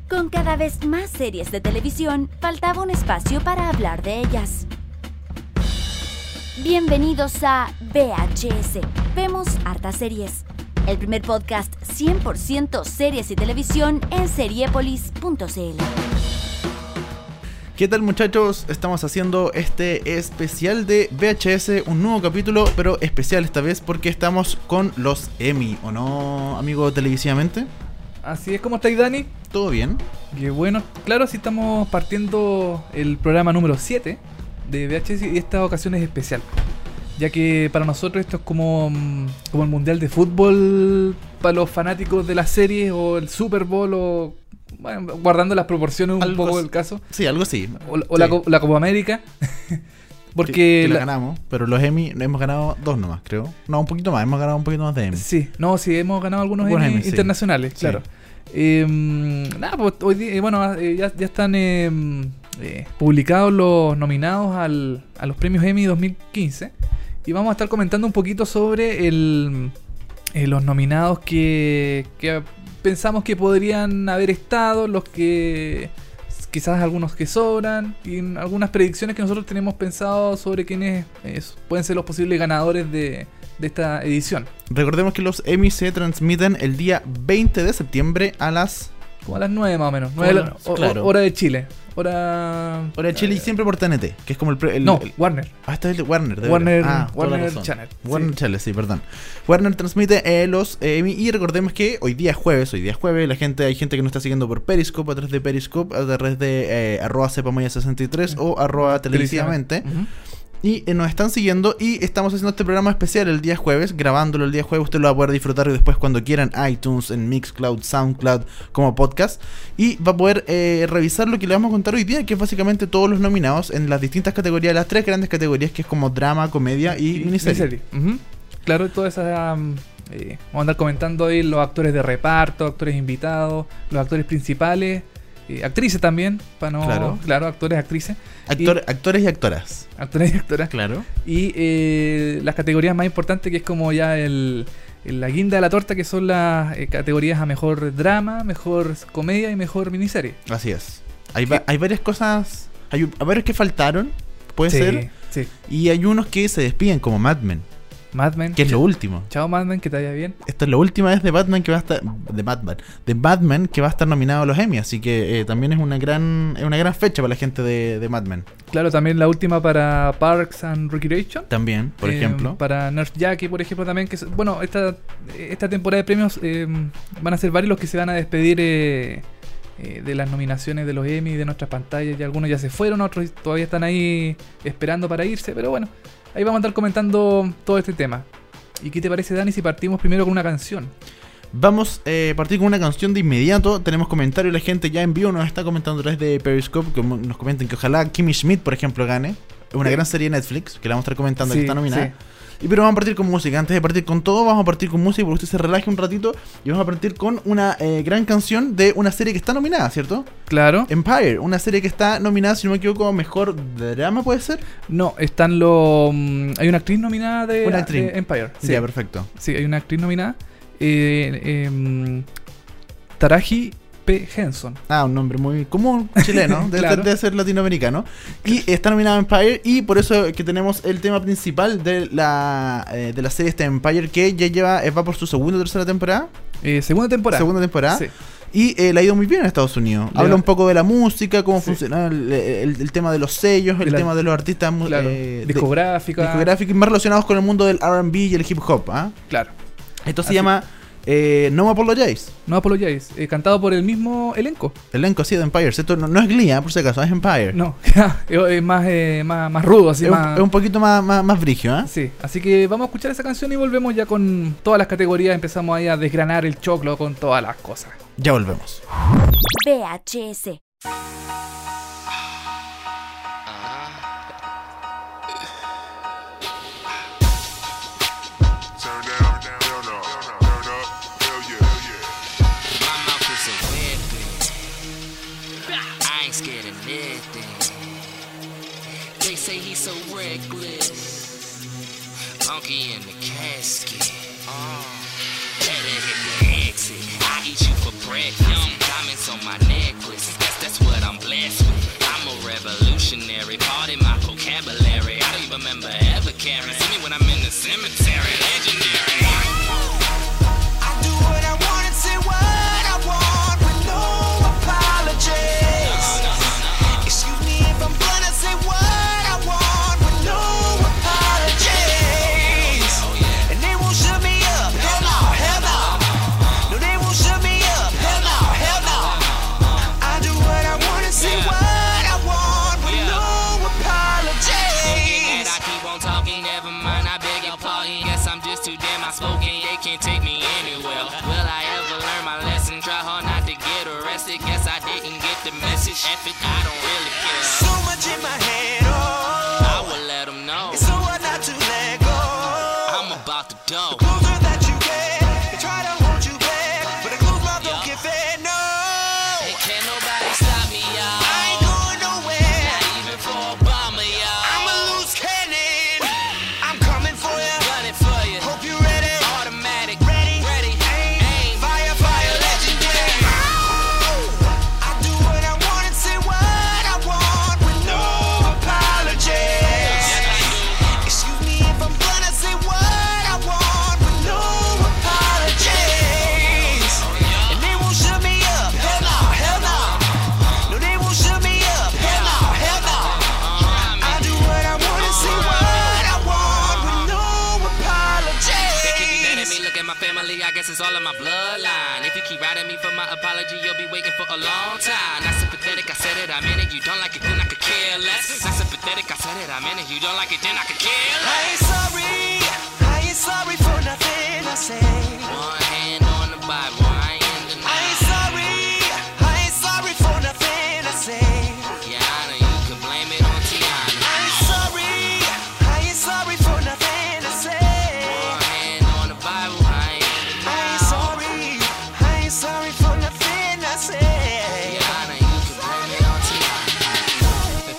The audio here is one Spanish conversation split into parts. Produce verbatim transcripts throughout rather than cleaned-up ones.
Con cada vez más series de televisión, faltaba un espacio para hablar de ellas. Bienvenidos a V H S, Vemos Hartas Series, el primer podcast cien por ciento series y televisión en seriepolis punto c l. ¿Qué tal, muchachos? Estamos haciendo este especial de V H S, un nuevo capítulo, pero especial esta vez porque estamos con los Emmy, ¿o no, amigo televisivamente? Así es. ¿Cómo estáis, Dani? ¿Todo bien? Qué bueno. Claro, sí, estamos partiendo el programa número siete de V H S y esta ocasión es especial, ya que para nosotros esto es como, como el mundial de fútbol para los fanáticos de las series, o el Super Bowl, o bueno, guardando las proporciones un algo poco así. del caso. Sí, algo así. O, o sí. la, la Copa América. Porque que, que la la ganamos, pero los Emmy hemos ganado dos nomás, creo. No, un poquito más, hemos ganado un poquito más de Emmy. Sí, no, sí, hemos ganado algunos Algunos Emmy Emmy, sí. internacionales, Sí. claro. Eh, nada, pues hoy día, eh, bueno, eh, ya, ya están eh, eh, publicados los nominados al, a los premios Emmy dos mil quince. Y vamos a estar comentando un poquito sobre el, eh, los nominados que, que pensamos que podrían haber estado, los que quizás algunos que sobran, y algunas predicciones que nosotros tenemos pensado sobre quiénes eh, pueden ser los posibles ganadores de, de esta edición. Recordemos que los Emmy se transmiten el día veinte de septiembre a las... Como a las nueve más o menos, nueve Hora, de la- o- claro. hora de Chile. Hora... Hora de Chile y siempre por T N T, que es como el... pre- el No, el- Warner. Ah, esta es el de Warner. De Warner, veras. Ah, toda la Warner razón. Channel. Warner Sí. Channel, sí, perdón. Warner transmite eh, los eh, Emmy, y recordemos que hoy día es jueves, hoy día es jueves, la gente, hay gente que nos está siguiendo por Periscope, a través de Periscope, a través de eh, arroba cepamaya sesenta y tres o arroba televisivamente. Ujú. Y eh, nos están siguiendo y estamos haciendo este programa especial el día jueves, grabándolo el día jueves. Usted lo va a poder disfrutar después cuando quieran, iTunes, en Mixcloud, Soundcloud, como podcast. Y va a poder eh, revisar lo que le vamos a contar hoy día, que es básicamente todos los nominados en las distintas categorías, las tres grandes categorías, que es como drama, comedia y, Y- miniserie. Ujú. Claro, todas esas... um, eh, vamos a andar comentando ahí los actores de reparto, actores invitados, los actores principales, eh, actrices también, para no... Claro. Claro, actores, actrices, Actor- actores y actoras. actores y actoras. Claro. Y eh, las categorías más importantes, que es como ya el, el- la guinda de la torta, que son las eh, categorías a mejor drama, mejor comedia y mejor miniserie. Así es. Hay, va- hay varias cosas, hay, hay varios que faltaron, puede ser, Sí. y hay unos que se despiden, como Mad Men, Mad Men. que es lo último. Chao, Mad Men, que te vaya bien. Esta es la última vez de Batman que va a estar de Batman, de Batman que va a estar nominado a los Emmy, así que eh, también es una gran es una gran fecha para la gente de, de Mad Men. Claro, también la última para Parks and Recreation. También, por Eh, ejemplo. Para Nurse Jackie, por ejemplo, también. Que es- bueno, esta, esta temporada de premios eh, van a ser varios los que se van a despedir eh, eh, de las nominaciones de los Emmy, de nuestras pantallas. Y algunos ya se fueron, otros todavía están ahí esperando para irse. Pero bueno, ahí vamos a estar comentando todo este tema. ¿Y qué te parece, Dani, si partimos primero con una canción? Vamos eh, a partir con una canción de inmediato. Tenemos comentarios, la gente ya en vivo nos está comentando a través de Periscope, que nos comenten que ojalá Kimmy Schmidt, por ejemplo, gane. Es una Sí. gran serie de Netflix, que la vamos a estar comentando, que Sí, está nominada. sí. Y pero vamos a partir con música. Antes de partir con todo, vamos a partir con música, porque usted se relaje un ratito. Y vamos a partir con una eh, gran canción de una serie que está nominada, ¿cierto? Claro. Empire, una serie que está nominada, si no me equivoco, a mejor drama, ¿puede ser? No, están los... mm, hay una actriz nominada de, Una actriz. de Empire. Sí. Ya, perfecto. Sí, hay una actriz nominada. Eh, eh, Taraji P. Henson. Ah, un nombre muy común, chileno, debe, Claro. ser, debe ser latinoamericano. Y está nominado Empire, y por eso que tenemos el tema principal de la, eh, de la serie este Empire, que ya lleva, eh, va por su segunda o tercera temporada. Eh, segunda temporada. Segunda temporada. Sí. Y eh, le ha ido muy bien en Estados Unidos. Le Habla va- un poco de la música, cómo Sí. funciona el, el- el tema de los sellos, el De la- tema de los artistas mu- Claro. eh, de- Discográfica. discográficos, más relacionados con el mundo del R and B y el hip hop. ¿ah? Claro. Esto se Así. llama eh, No Apologize. No Apologize. Eh, cantado por el mismo elenco. El elenco así de Empire. Esto no, no es Glee, ¿ah? Por si acaso, es Empire. No, es más, eh, más, más rudo, así es, un, más. es un poquito más, más, más brigio, ¿ah? Sí, así que vamos a escuchar esa canción y volvemos ya con todas las categorías. Empezamos ahí a desgranar el choclo con todas las cosas. Ya volvemos. V H S. Turn down, turn up, turn up, hell yeah. My mouth is a weapon. I ain't scared of nothing. They say he's so reckless. Monkey in the casket. Oh, better hit the exit. I eat you for breakfast. Diamonds on my necklace. remember ever caring. See me when I'm in the cemetery, legendary. I do what I want and say what I want with no apologies. Excuse me if I'm gonna say what I want with no apologies. And they won't shut me up, hell no, hell no. No, they won't shut me up, hell no, hell no. I do what I want and say what I want with no apologies. I keep on talking, never mind, I beg your pardon. Guess I'm just too damn outspoken, they can't take me anywhere. Will I ever learn my lesson? Try hard not to get arrested. Guess I didn't get the message. F it, I don't really care. So much in my head, oh, I will let them know it's so hard not to let go. I'm about to dough. Closer that you get, they try to hold you back, but a closed mouth don't get fed, no. And can't nobody stop me, y'all. I ain't going nowhere. Not even for Obama, y'all. I'm a loose cannon. I'm coming for you. Running for you. Hope you ready. Automatic. Ready. Ready. Aim. Aim. Fire, fire, legendary. I do what I want and say what I want with no apologies. Excuse me if I'm gonna say what I want with no apologies. And they won't shut me up, hell no, hell no. No, they won't shut me up, hell no, hell no. I do what I want and say what I want with no They can be mad at apologies. me, look at my family, I guess it's all in my bloodline. If you keep riding me for my apology, you'll be waiting for a long time. Not sympathetic, I said it, I meant it. You don't like it, then I could care less. Not sympathetic, I said it, I meant it. You don't like it, then I could care I less. ain't sorry, I ain't sorry for nothing I say. One hand on the Bible, I ain't in I ain't denial. sorry, I ain't sorry for nothing I say. Yeah, I know you can blame it on Tiana. I ain't sorry, I ain't sorry for nothing I say. One hand on the Bible, I ain't in I ain't denial. sorry, I ain't sorry for nothing I say. Yeah, I know you can blame it on Tiana.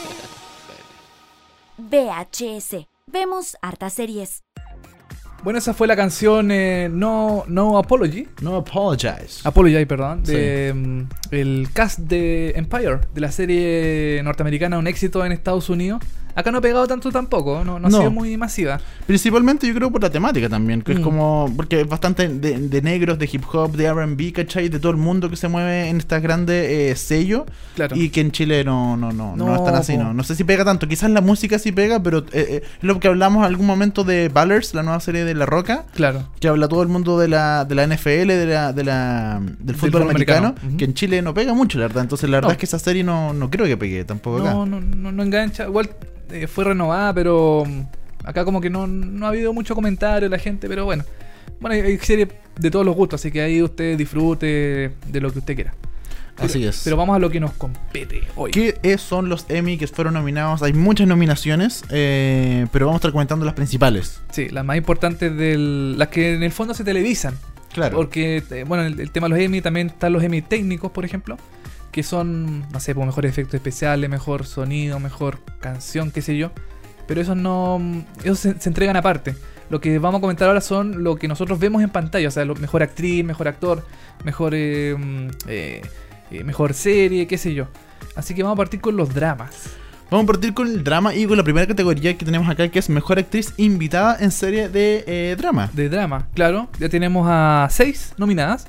V H S. Vemos hartas series. Bueno, esa fue la canción eh, No No Apology. No apologize. Apology, perdón. De mm, el cast de Empire, de la serie norteamericana, un éxito en Estados Unidos. Acá no ha pegado tanto tampoco, no, no ha No. sido muy masiva. Principalmente yo creo por la temática también, que es Mm. como, porque es bastante de, de negros, de hip hop, de R and B, ¿cachai? De todo el mundo que se mueve en estas grandes eh, sellos. Claro. Y que en Chile no, no, no, no, No, es tan así, po. no. No sé si pega tanto, quizás la música sí pega, pero eh, eh, es lo que hablamos en algún momento de Ballers, la nueva serie de La Roca, Claro. que habla todo el mundo de la, de la N F L, de la, de la, del fútbol fútbol americano, americano. Ujú. que en Chile no pega mucho, la verdad. Entonces la verdad No. es que esa serie no, no creo que pegue tampoco acá. No, no, no, no engancha. Igual eh, fue renovada, pero mm, acá como que no, no ha habido mucho comentario de la gente, pero bueno. Bueno, hay, hay series de todos los gustos, así que ahí usted disfrute de lo que usted quiera. Así Pero- es. Pero vamos a lo que nos compete hoy. ¿Qué es- son los Emmy que fueron nominados? Hay muchas nominaciones, eh, pero vamos a estar comentando las principales. Sí, las más importantes del, las que en el fondo se televisan. Claro. Porque, eh, bueno, el, el tema de los Emmy también están los Emmy técnicos, por ejemplo, que son, no sé, por mejores efectos especiales, mejor sonido, mejor canción, qué sé yo. Pero esos no, esos se, se entregan aparte. Lo que vamos a comentar ahora son lo que nosotros vemos en pantalla, o sea, lo, mejor actriz, mejor actor, mejor, eh, mm, eh, eh, mejor serie, qué sé yo. Así que vamos a partir con los dramas. Vamos a partir con el drama y con la primera categoría que tenemos acá, que es Mejor Actriz Invitada en Serie de eh, Drama. De drama, claro. Ya tenemos a seis nominadas.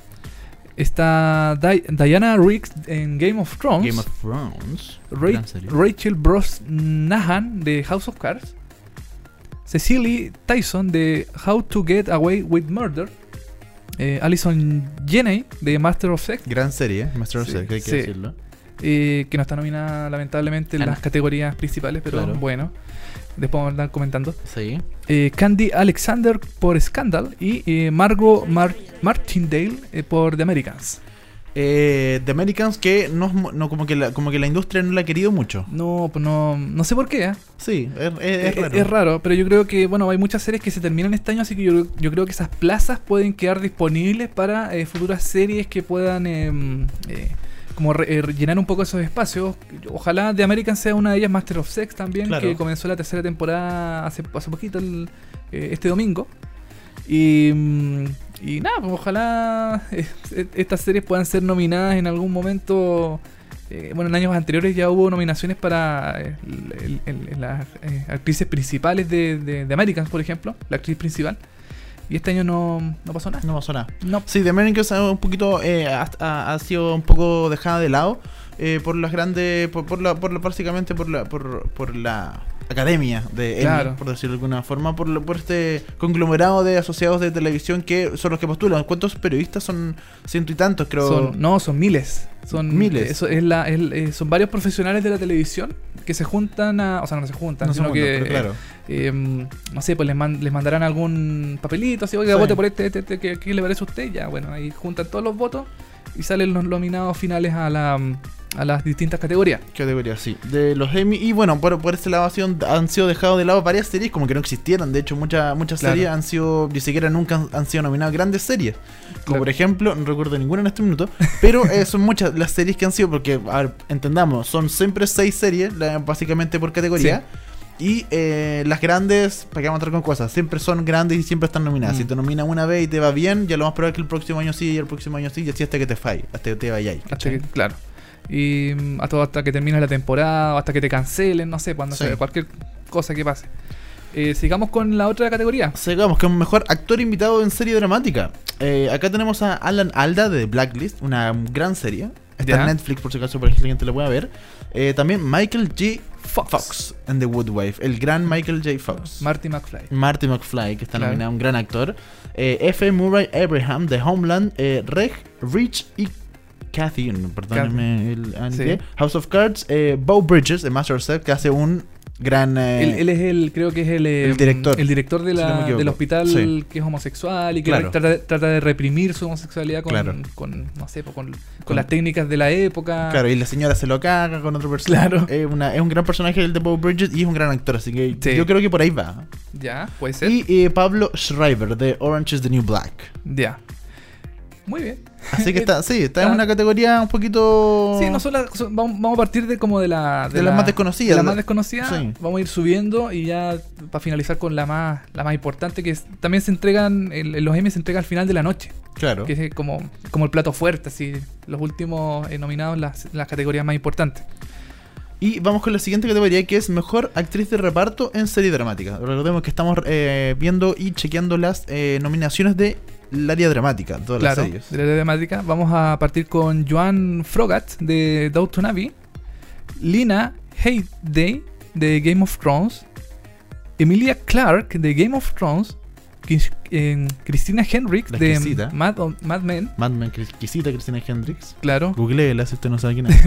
Está Di- Diana Rigg en Game of Thrones. Game of Thrones. Ra- Gran serie. Rachel Brosnahan de House of Cards. Cecily Tyson de How to Get Away with Murder. Eh, Alison Janney de Master of Sex. Gran serie, Master of Sí, Sex, hay que sí. decirlo. eh, que no está nominada lamentablemente en Ah, no. las categorías principales, pero Claro. bueno. Después vamos a andar comentando. Sí. Eh, Candy Alexander por Scandal y eh, Margot Mar- Martindale eh, por The Americans. Eh, The Americans, que no, es mu- no como que la, como que la industria no la ha querido mucho. No, pues no, no sé por qué. ¿eh? Sí, es, es- Eh, es raro. Es raro, pero yo creo que, bueno, hay muchas series que se terminan este año, así que yo, yo creo que esas plazas pueden quedar disponibles para eh, futuras series que puedan eh, eh, como re- eh, rellenar un poco esos espacios. Ojalá The American sea una de ellas, Master of Sex también, Claro. que comenzó la tercera temporada hace, hace poquito, el- eh, este domingo. Y, mm, y nada, pues ojalá eh, estas series puedan ser nominadas en algún momento eh, bueno, en años anteriores ya hubo nominaciones para eh, el- el- el- las eh, actrices principales de, de, de Americans, por ejemplo, la actriz principal. Y este año no, no pasó nada. No pasó nada. No. Sí, The Americans ha un poquito eh, ha, ha- ha sido un poco dejada de lado eh, por las grandes, por, por la, por la, básicamente por la, por, por la academia de Emmy, Claro. por decirlo de alguna forma, por, lo- por este conglomerado de asociados de televisión que son los que postulan. ¿Cuántos periodistas son? Ciento y tantos, creo. Son, no, son miles. Son Miles. Eso es la, es- eh, son varios profesionales de la televisión que se juntan a. O sea, no se juntan, No se sino juntan, que. pero claro. eh, em, no sé, pues les, man- les mandarán algún papelito, así, oiga, Sí. vote por este, este, este, ¿qué, qué le parece a usted? Ya, bueno, ahí juntan todos los votos y salen los nominados finales a, la, a las distintas categorías. Categoría, sí. De los Emmy. Y bueno, por, por ese lado han sido, han sido dejados de lado varias series como que no existieran. De hecho, muchas muchas Claro. series han sido, ni siquiera nunca han, han sido nominadas grandes series. Como Claro. por ejemplo, no recuerdo ninguna en este minuto, pero eh, son muchas las series que han sido, porque, a ver, entendamos, son siempre seis series, la- básicamente por categoría. Y eh, las grandes, para que vamos a entrar con cosas, siempre son grandes y siempre están nominadas. Mm. Si te nominan una vez y te va bien, ya lo más probable es que el próximo año sí y el próximo año sí, y así hasta que te falle, hasta que te vayáis. Hasta ¿cachai? que, claro. Y mm, hasta, hasta que termine la temporada, o hasta que te cancelen, no sé, cuando Sí. sea, cualquier cosa que pase. Eh, sigamos con la otra categoría. Sigamos con mejor actor invitado en serie dramática. Eh, acá tenemos a Alan Alda de Blacklist, una gran serie. Está Ya. en Netflix, por si acaso, para que la gente lo pueda ver. Eh, también Michael J. Fox. Fox en The Good Wife, el gran Michael J. Fox. Marty McFly. Marty McFly, que está Claro. nominado, un gran actor. Eh, F. Murray Abraham de Homeland, eh, Reg, Rich y Kathy, no, perdónenme el anime, Sí. House of Cards, eh, Bo Bridges de Master of Self, que hace un gran... eh, Él, él es el, creo que es el, eh, el director, el director de si la- no me equivoco. del hospital Sí. que es homosexual y que Claro. trata, trata de reprimir su homosexualidad con, Claro. con no sé, pues, con, con Con- las técnicas de la época. Claro, y la señora se lo caga con otro personaje. Claro. Es, una- es un gran personaje el de Bo Bridges y es un gran actor, así que Sí. yo creo que por ahí va. Ya, puede ser. Y eh, Pablo Schreiber de Orange is the New Black. Ya. Muy bien. Así que está, sí, está en Ah. una categoría un poquito... Sí, no son las- son- vamos, vamos a partir de como de la De las más desconocidas. de la más desconocida. Sí. Vamos a ir subiendo y ya para finalizar con la más la más importante, que es- también se entregan el- los Emmy se entregan al final de la noche, Claro. que es como, como el plato fuerte, así los últimos eh, nominados las, las categorías más importantes. Y vamos con la siguiente categoría, que es Mejor Actriz de Reparto en Serie Dramática. Recordemos que estamos eh, viendo y chequeando las eh, nominaciones de el área dramática, todas Claro, las series. de la temática. Vamos a partir con Joan Frogat de Downton Abbey, Lina Headey de Game of Thrones, Emilia Clarke de Game of Thrones, Chris- eh, Christina Hendricks La de exquisita. Mad, Mad Men, Mad Men, que exquisita Cristina Hendricks. claro, Googleela si usted no sabe quién es.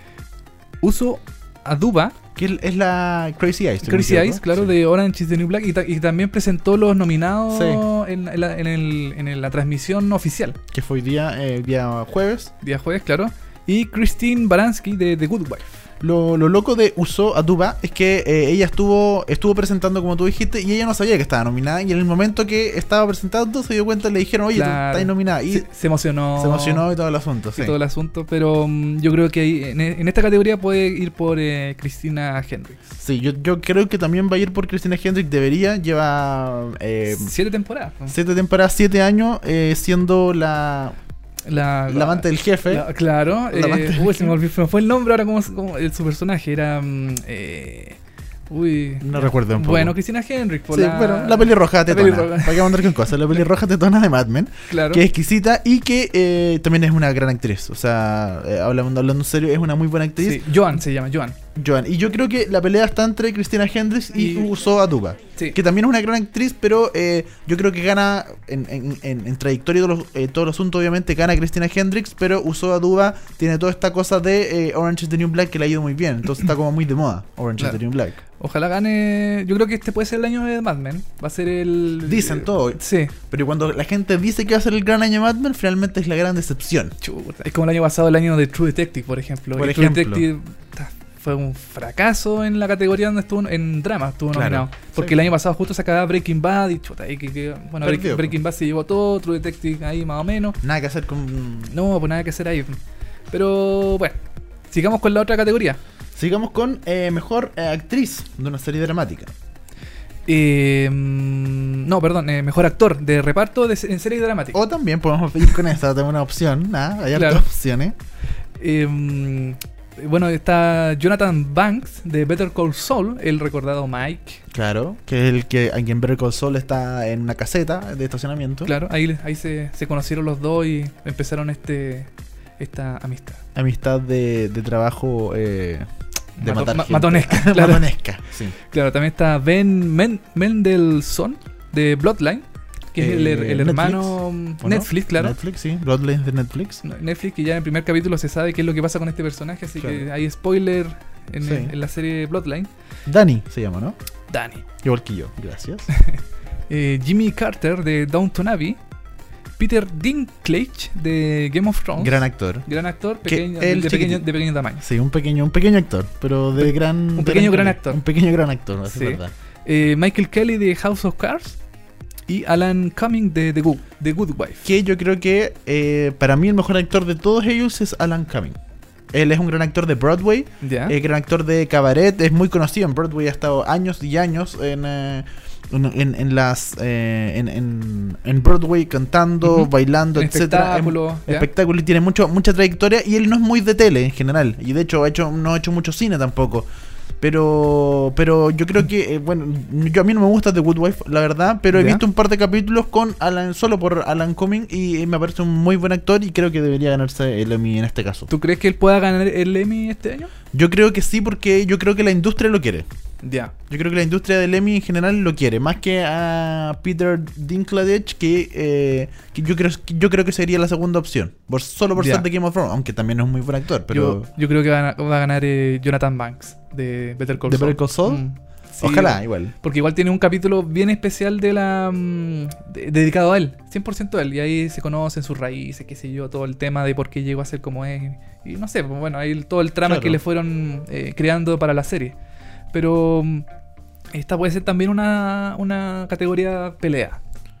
Uso Aduba, Que es la Crazy Eyes. si no me Crazy equivoco. Eyes, claro, Sí. de Orange is the New Black, y, ta- y también presentó los nominados Sí. en, en la, en el- en el- la transmisión oficial, Que fue hoy día, eh, día jueves. día jueves, claro, y Christine Baranski de The Good Wife. Lo, lo loco de Uso Aduba es que eh, ella estuvo estuvo presentando, como tú dijiste, y ella no sabía que estaba nominada. Y en el momento que estaba presentando, se dio cuenta, le dijeron, oye, tú Claro. estás nominada. Y se, se, se emocionó. emocionó y todo el asunto. y Sí. todo el asunto, pero mm, yo creo que ahí, en, en esta categoría puede ir por eh, Christina Hendricks. Sí, yo, yo creo que también va a ir por Christina Hendricks. Debería, lleva eh, Siete temporadas. ¿no? siete temporadas, siete años eh, siendo la, La, la amante del jefe. la- claro. La amante eh, del uy, se me, olvidó- se me fue el nombre ahora, como, como el, su personaje era. mm, eh, uy. No recuerdo un poco. Bueno, Christina Hendricks. Por Sí, la, bueno, la pelirroja la tetona. pelirroja. ¿Para qué vamos a andar con cosas? La pelirroja tetona de Mad Men. Claro. Que es exquisita y que eh, también es una gran actriz. O sea, eh, hablando, hablando en serio, es una muy buena actriz. Sí, Joan se llama, Joan. Joan. Y yo creo que la pelea está entre Christina Hendricks y, Y- Uso Aduba. Sí. Que también es una gran actriz, pero eh, yo creo que gana en, en, en, en trayectoria y todo, los- eh, todo el asunto, obviamente, gana Christina Hendricks, pero Uso Aduba tiene toda esta cosa de eh, Orange is the New Black que le ha ido muy bien. Entonces está como muy de moda, Orange Claro. is the New Black. Ojalá gane. Yo creo que este puede ser el año de Mad Men. Va a ser el. Dicen todo. Sí. Pero cuando la gente dice que va a ser el gran año de Mad Men, finalmente es la gran decepción. Chuta, es como el año pasado, el año de True Detective, por ejemplo. Por Y ejemplo. True Detective ta, fue un fracaso en la categoría donde estuvo en drama, estuvo Claro. nominado. Porque Sí. el año pasado justo se acababa Breaking Bad y chuta, y que, que- bueno, Perdió, Breaking, Breaking Bad se llevó todo, True Detective ahí más o menos. Nada que hacer con... No, pues nada que hacer ahí. Pero bueno, sigamos con la otra categoría. Sigamos con eh, mejor eh, actriz de una serie dramática. Eh, mm, no, perdón, eh, mejor actor de reparto de, en serie dramática. O también podemos ir con esta, tengo una opción. Nada, hay Claro. otras opciones. Eh, mm, bueno, está Jonathan Banks de Better Call Saul, el recordado Mike. Claro, que es el que aquí en Better Call Saul está en una caseta de estacionamiento. Claro, ahí, ahí se, se conocieron los dos y empezaron este esta amistad. Amistad de, de trabajo eh, de Mato- matar ma- gente. matonesca, claro. Matonesca, sí. Claro, también está Ben Men- Mendelsohn de Bloodline, que es el, Eh, el hermano ¿o no? Netflix, claro. Netflix, sí. Bloodlines de Netflix. No, Netflix, que ya en el primer capítulo se sabe qué es lo que pasa con este personaje, así Claro. que hay spoiler en, Sí. en la serie Bloodline. Dani se llama, ¿no? Dani. Igual que yo, gracias. Eh, Jimmy Carter de Downton Abbey. Peter Dinklage de Game of Thrones. Gran actor. Gran actor, Que pequeño, el de, pequeño, chiquitito. de pequeño tamaño. Sí, un pequeño, un pequeño actor, pero de gran... un de pequeño gran calidad. actor. Un pequeño gran actor, así Sí. es verdad. Eh, Michael Kelly de House of Cards. Y Alan Cumming de The Good, The Good Wife. Que yo creo que eh, para mí el mejor actor de todos ellos es Alan Cumming. Él es un gran actor de Broadway, ¿Ya? es gran actor de cabaret, es muy conocido en Broadway, ha estado años y años en, eh, en, en- en las eh, en, en- en Broadway cantando, Ujú. bailando, En etcétera. espectáculos, En- ¿ya? espectáculo y tiene mucho, mucha trayectoria y él no es muy de tele en general y de hecho ha hecho no ha hecho mucho cine tampoco. Pero pero yo creo que, eh, bueno, yo a mí no me gusta The Good Wife, la verdad, pero he ¿Ya? visto un par de capítulos con Alan, solo por Alan Cumming y me parece un muy buen actor y creo que debería ganarse el Emmy en este caso. ¿Tú crees que él pueda ganar el Emmy este año? Yo creo que sí, porque yo creo que la industria lo quiere. Ya. Yo creo que la industria del Emmy en general lo quiere, más que a Peter Dinklage, que, eh, que yo creo que yo creo que sería la segunda opción, por, solo por Ya. ser de Game of Thrones, aunque también es un muy buen actor, pero Yo, yo creo que va a, va a ganar eh, Jonathan Banks de Better Call ¿De Saul. Better Call Saul? Mm, sí, ojalá igual. Porque igual tiene un capítulo bien especial de la mm, de- dedicado a él, cien por ciento a él. Y ahí se conocen sus raíces, qué sé yo, todo el tema de por qué llegó a ser como es. Y no sé, pues bueno, ahí todo el trama Claro. que le fueron eh, creando para la serie. Pero mm, esta puede ser también una, una categoría pelea.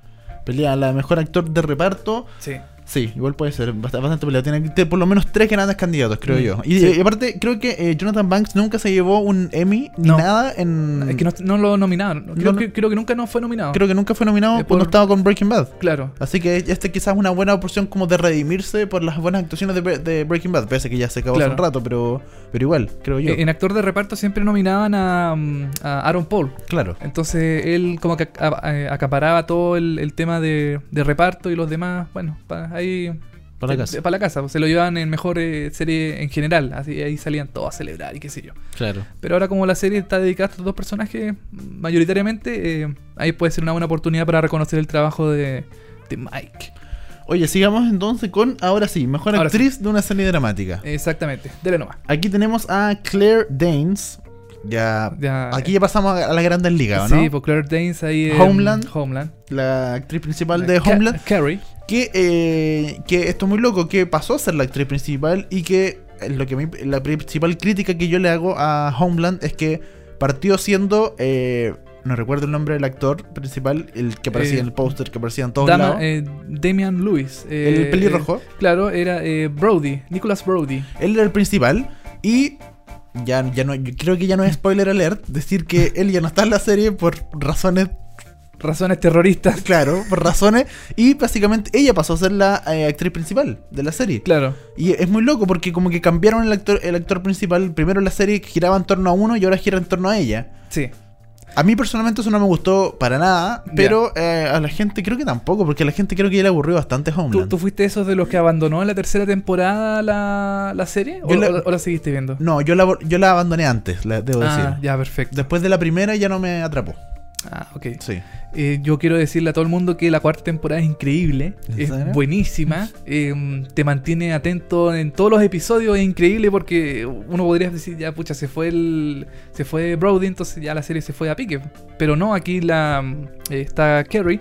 Pelea la mejor actor de reparto. Sí. Sí, igual puede ser bast- bastante pelea. Tiene que tener por lo menos tres grandes candidatos, creo Mm, yo. Y, sí. y aparte, creo que eh, Jonathan Banks nunca se llevó un Emmy ni No. nada en. Es que no, no lo nominaron. Creo, No, no. que, creo que nunca no fue nominado. Creo que nunca fue nominado Eh, cuando por- estaba con Breaking Bad. Claro. Así que este quizás es una buena opción como de redimirse por las buenas actuaciones de, Bre- de Breaking Bad. Pese a que ya se acabó Claro. hace un rato, pero, pero igual, creo yo. Eh, En actor de reparto siempre nominaban a, mm, a Aaron Paul. Claro. Entonces él como que a- a- acaparaba todo el, el tema de, de reparto y los demás, bueno, pa- ahí... Para la casa. Para la casa, pues, se lo llevaban en mejor eh, serie en general, así ahí salían todos a celebrar y qué sé yo. Claro. Pero ahora como la serie está dedicada a estos dos personajes, mayoritariamente, eh, ahí puede ser una buena oportunidad para reconocer el trabajo de, de Mike. Oye, sigamos entonces con, ahora sí, mejor Ahora actriz de una serie dramática. Exactamente, dele nomás. Aquí tenemos a Claire Danes. Ya, Ya, aquí ya pasamos a las grandes ligas, ¿no? Sí, pues Claire Danes ahí en Homeland. Homeland. La actriz principal La de Ca- Homeland. Carrie. Que, eh, que esto es muy loco, que pasó a ser la actriz principal y que eh, lo que a mí- la principal crítica que yo le hago a Homeland es que partió siendo, eh, no recuerdo el nombre del actor principal, el que aparecía Eh, en el póster, que aparecía en todos Dama- lados. eh, Damian Lewis. eh, El pelirrojo. eh, claro, era eh, Brody, Nicholas Brody. Él era el principal y ya, ya no, yo creo que ya no es spoiler alert decir que él ya no está en la serie por razones, Razones terroristas. claro, por razones, y básicamente ella pasó a ser la eh, actriz principal de la serie. Claro. Y es muy loco porque como que cambiaron el actor, el actor principal. Primero la serie giraba en torno a uno y ahora gira en torno a ella. Sí. A mí personalmente eso no me gustó para nada, Ya. pero eh, a la gente creo que tampoco, porque a la gente creo que ya le aburrió bastante ¿Tú, Homeland. tú fuiste esos de los que abandonó en la tercera temporada la, la serie? ¿O, Yo la- o- o la seguiste viendo? No, yo la, yo la abandoné antes, la- debo ah, decir. ya, perfecto. Después de la primera ya no me atrapó. Ah, ok. Sí. Eh, yo quiero decirle a todo el mundo que la cuarta temporada es increíble, ¿En es serio? buenísima, eh, te mantiene atento en todos los episodios, es increíble porque uno podría decir, ya pucha, se fue el se fue Brody, entonces ya la serie se fue a pique. Pero no, aquí la eh, está Carrie,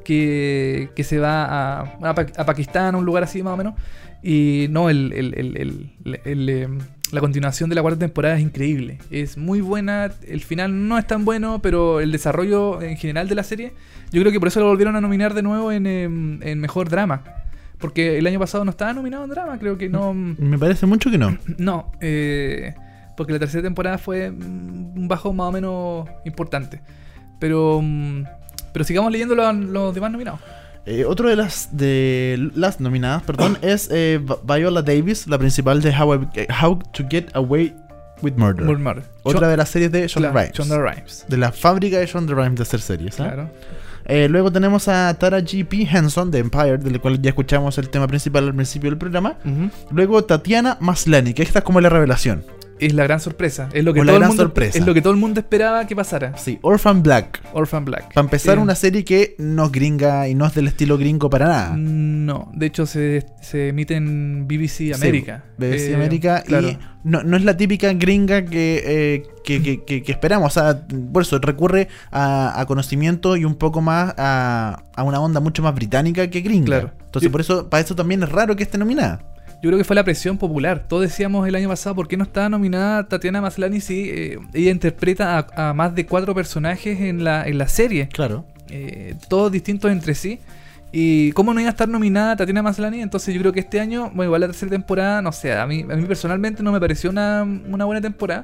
que, que se va a, a, Pa- a Pakistán, a un lugar así más o menos, y no, el, el, el, el- el- el, eh, la continuación de la cuarta temporada es increíble. Es muy buena. El final no es tan bueno, pero el desarrollo en general de la serie, yo creo que por eso lo volvieron a nominar de nuevo en, em, en Mejor Drama. Porque el año pasado no estaba nominado en drama, creo que no. Me parece mucho que no. No, eh, porque la tercera temporada fue mm, un bajo más o menos importante. Pero, mm, pero sigamos leyendo los, los demás nominados. Eh, otro de las de las nominadas, perdón, es eh, Vi- Viola Davis, la principal de How, I- How to Get Away with Murder. Mur- Mur- Otra Shon- de las series de Shonda claro, Rhimes. Shonda Rhimes. De la fábrica de Shonda Rhimes de hacer series. ¿eh? Claro. Eh, luego tenemos a Tara G P Henson de Empire, del cual ya escuchamos el tema principal al principio del programa. Ujú. Luego Tatiana Maslany, que esta es como la revelación. Es la gran sorpresa. Es lo que O la todo el gran mundo sorpresa. es lo que todo el mundo esperaba que pasara. Sí, Orphan Black. Orphan Black. Para empezar, Eh, una serie que no es gringa y no es del estilo gringo para nada. No, de hecho se, se emite en B B C América. Sí, B B C Eh, América claro. y no, no es la típica gringa que, eh, que, que, que- que esperamos. O sea, por eso recurre a, a conocimiento y un poco más a, a una onda mucho más británica que gringa. Claro. Entonces, Yo- por eso, para eso también es raro que esté nominada. Yo creo que fue la presión popular. Todos decíamos el año pasado, ¿por qué no estaba nominada Tatiana Maslany si eh, ella interpreta a, a más de cuatro personajes en la, en la serie? Claro. Eh, todos distintos entre sí. ¿Y cómo no iba a estar nominada Tatiana Maslany? Entonces yo creo que este año, bueno, igual la tercera temporada, no sé, a mí, a mí personalmente no me pareció una, una buena temporada.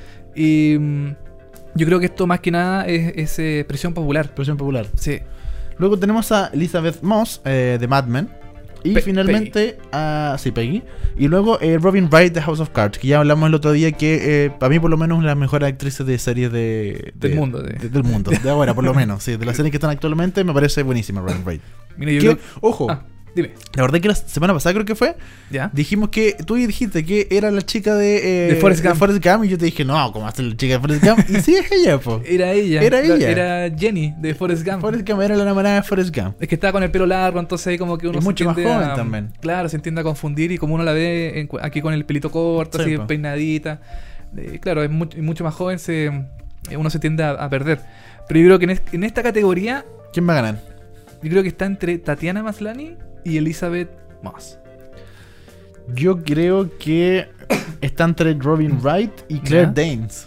Y mm, yo creo que esto más que nada es, es, eh, presión popular. Presión popular. Sí. Luego tenemos a Elizabeth Moss eh, de Mad Men. Y Pe- finalmente a sí, Peggy. Y luego eh, Robin Wright de House of Cards, que ya hablamos el otro día que eh, para mí por lo menos es la mejor actriz de series de, de- Del mundo, de- de- del mundo, de ahora por lo menos. Sí, de las series que están actualmente me parece buenísima Robin Wright. Mira, yo Que, creo... ojo, Ah, dime. la verdad que la semana pasada creo que fue, ¿Ya? dijimos que tú dijiste que era la chica de, eh, De Forrest Gump. Gump y yo te dije, no, ¿cómo va a ser la chica de Forrest Gump? Y sí es ella, po. Era ella. Era La- ella. Era Jenny de Forrest Gump. Forrest Gump era la enamorada de Forrest Gump. Es que estaba con el pelo largo, entonces ahí como que uno Y se mucho más tiende joven a- también. Claro, se entiende a confundir y como uno la ve en cu- aquí con el pelito corto, Sí, así po. peinadita. eh, claro, es mucho, mucho más joven, se, eh, uno se tiende a, a perder. Pero yo creo que en, es- en esta categoría, ¿Quién va a ganar? yo creo que está entre Tatiana Maslany y Elizabeth Moss. Yo creo que está entre Robin Wright y Claire ¿Ya? Danes.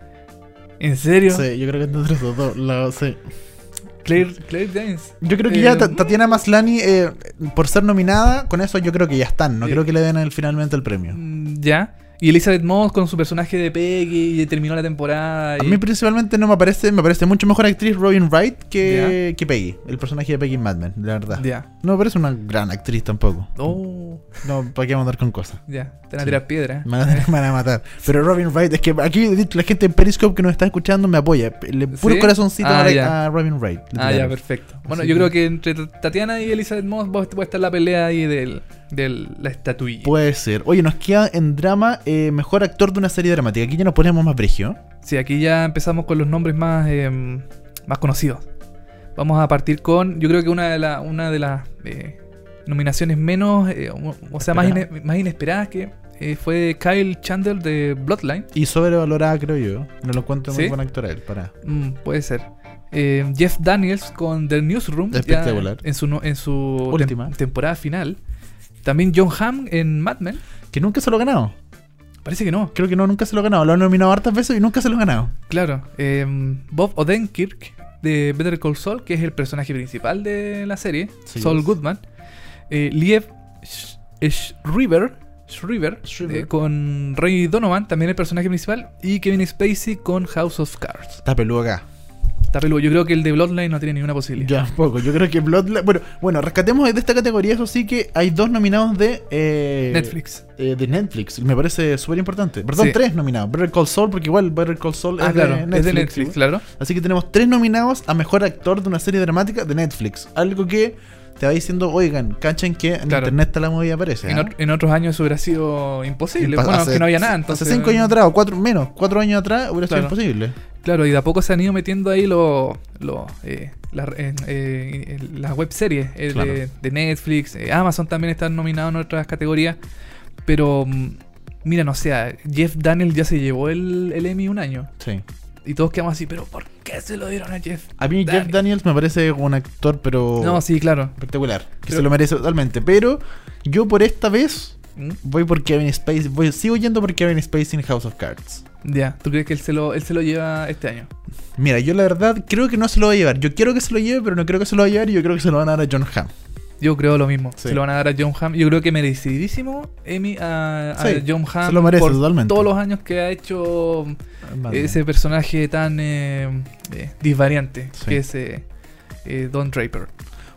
¿En serio? Sí, yo creo que está entre esos dos. la- sí. Claire, Claire Danes. Yo creo que Eh, ya Ta- Tatiana Maslany, eh, por ser nominada, con eso yo creo que ya están. No Eh, creo que le den el- finalmente el premio. mm, Ya. Y Elizabeth Moss con su personaje de Peggy y terminó la temporada. A y- mí principalmente no me parece, me parece mucho mejor actriz Robin Wright que, que Peggy, el personaje de Peggy en Mad Men, la verdad. Ya. No me parece una gran actriz tampoco. Oh, No, ¿para qué vamos a andar con cosas? ya. Te van a Sí. tirar piedra. Me van, a, me van a matar. Pero Robin Wright, es que aquí de hecho, la gente en Periscope que nos está escuchando me apoya. Le puro ¿Sí? corazoncito Ah, a, ya. a Robin Wright. Ah, literal. ya, perfecto. Bueno, Así yo que- creo que entre Tatiana y Elizabeth Moss va a estar la pelea ahí del, del la estatuilla. Puede ser. Oye, nos queda en drama eh, mejor actor de una serie dramática. Aquí ya nos ponemos más brigio. Sí, aquí ya empezamos con los nombres más, eh, más conocidos. Vamos a partir con, yo creo que una de, la, una de las eh, nominaciones menos, eh, o, o sea, más, ine- más inesperadas que eh, fue Kyle Chandler de Bloodline. Y sobrevalorada, creo yo. No lo encuentro muy ¿Sí? buen actor a él. Para. Mm, puede ser. Eh, Jeff Daniels con The Newsroom. ya Espectacular. en su, no- en su Última. tem- temporada final. También John Hamm en Mad Men. Que nunca se lo ha ganado. Parece que no. Creo que no, nunca se lo ha ganado. Lo han nominado hartas veces y nunca se lo ha ganado. Claro. eh, Bob Odenkirk de Better Call Saul, que es el personaje principal de la serie. Sí, Saul es. Goodman. Eh, Liev Sh- Schreiber. Schreiber, Schreiber. eh, con Ray Donovan, también el personaje principal. Y Kevin Spacey con House of Cards. Está peludo acá. Está peludo. Yo creo que el de Bloodline no tiene ninguna posibilidad. Ya, poco. Yo creo que Bloodline. Bueno, bueno, rescatemos de esta categoría. Eso sí que hay dos nominados de. eh, Netflix. eh, de Netflix. Me parece súper importante. Perdón, Sí. tres nominados. Better Call Saul, porque igual Better Call Saul Ah, es, claro. de Netflix, es de Netflix, ¿sí? claro. Así que tenemos tres nominados a mejor actor de una serie dramática de Netflix. Algo que te va diciendo, oigan, cachen que en Claro. internet está la movida aparece. En, ¿ah? ot- en otros años eso hubiera sido imposible. Pa- Bueno, hace- que no había nada. Entonces, Hace cinco años atrás, o cuatro menos, cuatro años atrás hubiera Claro. sido imposible. Claro, y de a poco se han ido metiendo ahí los lo, eh, las eh, eh, las web series eh, Claro. de, de Netflix. eh, Amazon también están nominados en otras categorías. Pero, mm, mira, no sé, Jeff Daniels ya se llevó el, el Emmy un año. Sí. Y todos quedamos así, pero ¿por qué se lo dieron a Jeff? A mí Daniels? Jeff Daniels me parece un actor, pero No, sí, claro. espectacular. Que Pero- se lo merece totalmente. Pero yo por esta vez ¿Mm? voy por Kevin Spacey. Voy, sigo yendo por Kevin Spacey en House of Cards. Ya, ¿tú crees que él se lo, él se lo lleva este año? Mira, yo la verdad creo que no se lo va a llevar. Yo quiero que se lo lleve, pero no creo que se lo va a llevar y yo creo que se lo van a dar a John Hamm. Yo creo lo mismo. Sí. Se lo van a dar a John Hamm. Yo creo que merecidísimo Emmy a, a Sí, John Hamm se lo merece por totalmente. todos los años que ha hecho ese personaje tan eh, eh, disvariante Sí. que es eh, eh, Don Draper.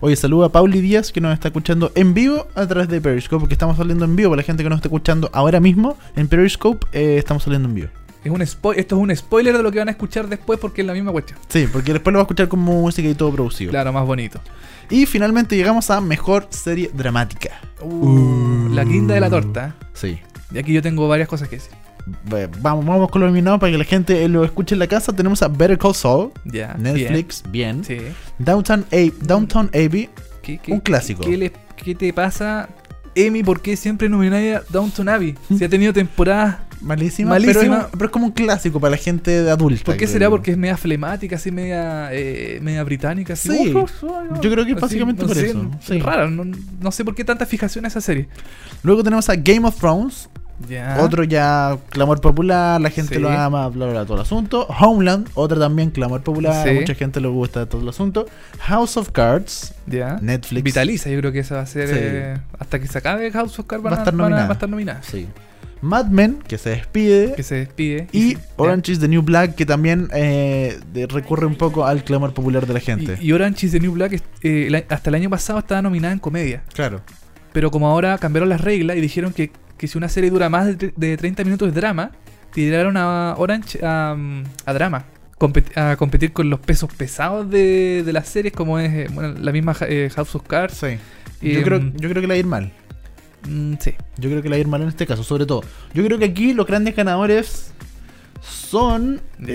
Oye, saluda a Pauli Díaz, que nos está escuchando en vivo a través de Periscope, porque estamos saliendo en vivo. Para la gente que nos está escuchando ahora mismo en Periscope, eh, estamos saliendo en vivo. Es un spo- esto es un spoiler de lo que van a escuchar después porque es la misma cuestión. Sí, porque después lo va a escuchar con música y todo producido. Claro, más bonito. Y finalmente llegamos a mejor serie dramática. Uh, La guinda de la torta. Sí. Y aquí yo tengo varias cosas que decir. Ve- Vamos, vamos con los nominados para que la gente eh, lo escuche en la casa. Tenemos a Better Call Saul, Ya. Netflix, bien. Bien. Sí. Downtown, A- Downtown Abbey, ¿Qué, qué- un clásico. ¿qué, le- qué te pasa, Emi? ¿Por qué siempre nomináis a Downton Abbey? Si ha tenido temporadas. Malísima, Malísima. Pero, es un- pero es como un clásico para la gente de adulta. ¿Por qué creo será? yo. Porque es media flemática, así media, eh, media británica. Así. Sí. Uf, uf, uf, Yo creo que es así, básicamente no por sé, eso. Es Sí. rara, no, no sé por qué tanta fijación a esa serie. Luego tenemos a Game of Thrones, Ya. otro ya clamor popular, la gente Sí. lo ama, bla, bla, bla, todo el asunto. Homeland, otra también clamor popular, Sí. a mucha gente le gusta todo el asunto. House of Cards, Ya. Netflix. Vitaliza, yo creo que esa va a ser. Sí. eh, hasta que se acabe House of Cards Va a van estar van nominada. va a estar nominada. Sí. Mad Men, que se despide. Que se despide. Y sí, Orange is the New Black, que también eh, de- recurre un poco al clamor popular de la ya. gente. Y, y Orange is the New Black eh, el- hasta el año pasado estaba nominada en comedia. Claro. Pero como ahora cambiaron las reglas y dijeron que, que si una serie dura más de, tre- de treinta minutos de drama, tiraron a Orange a, a drama. Compet- a competir con los pesos pesados de, de las series, como es eh, bueno, la misma eh, House of Cards. Sí. Y, Yo, creo, mm, yo creo que le va a ir mal. mm, sí. Yo creo que le va a ir mal en este caso, sobre todo. Yo creo que aquí los grandes ganadores son Ya.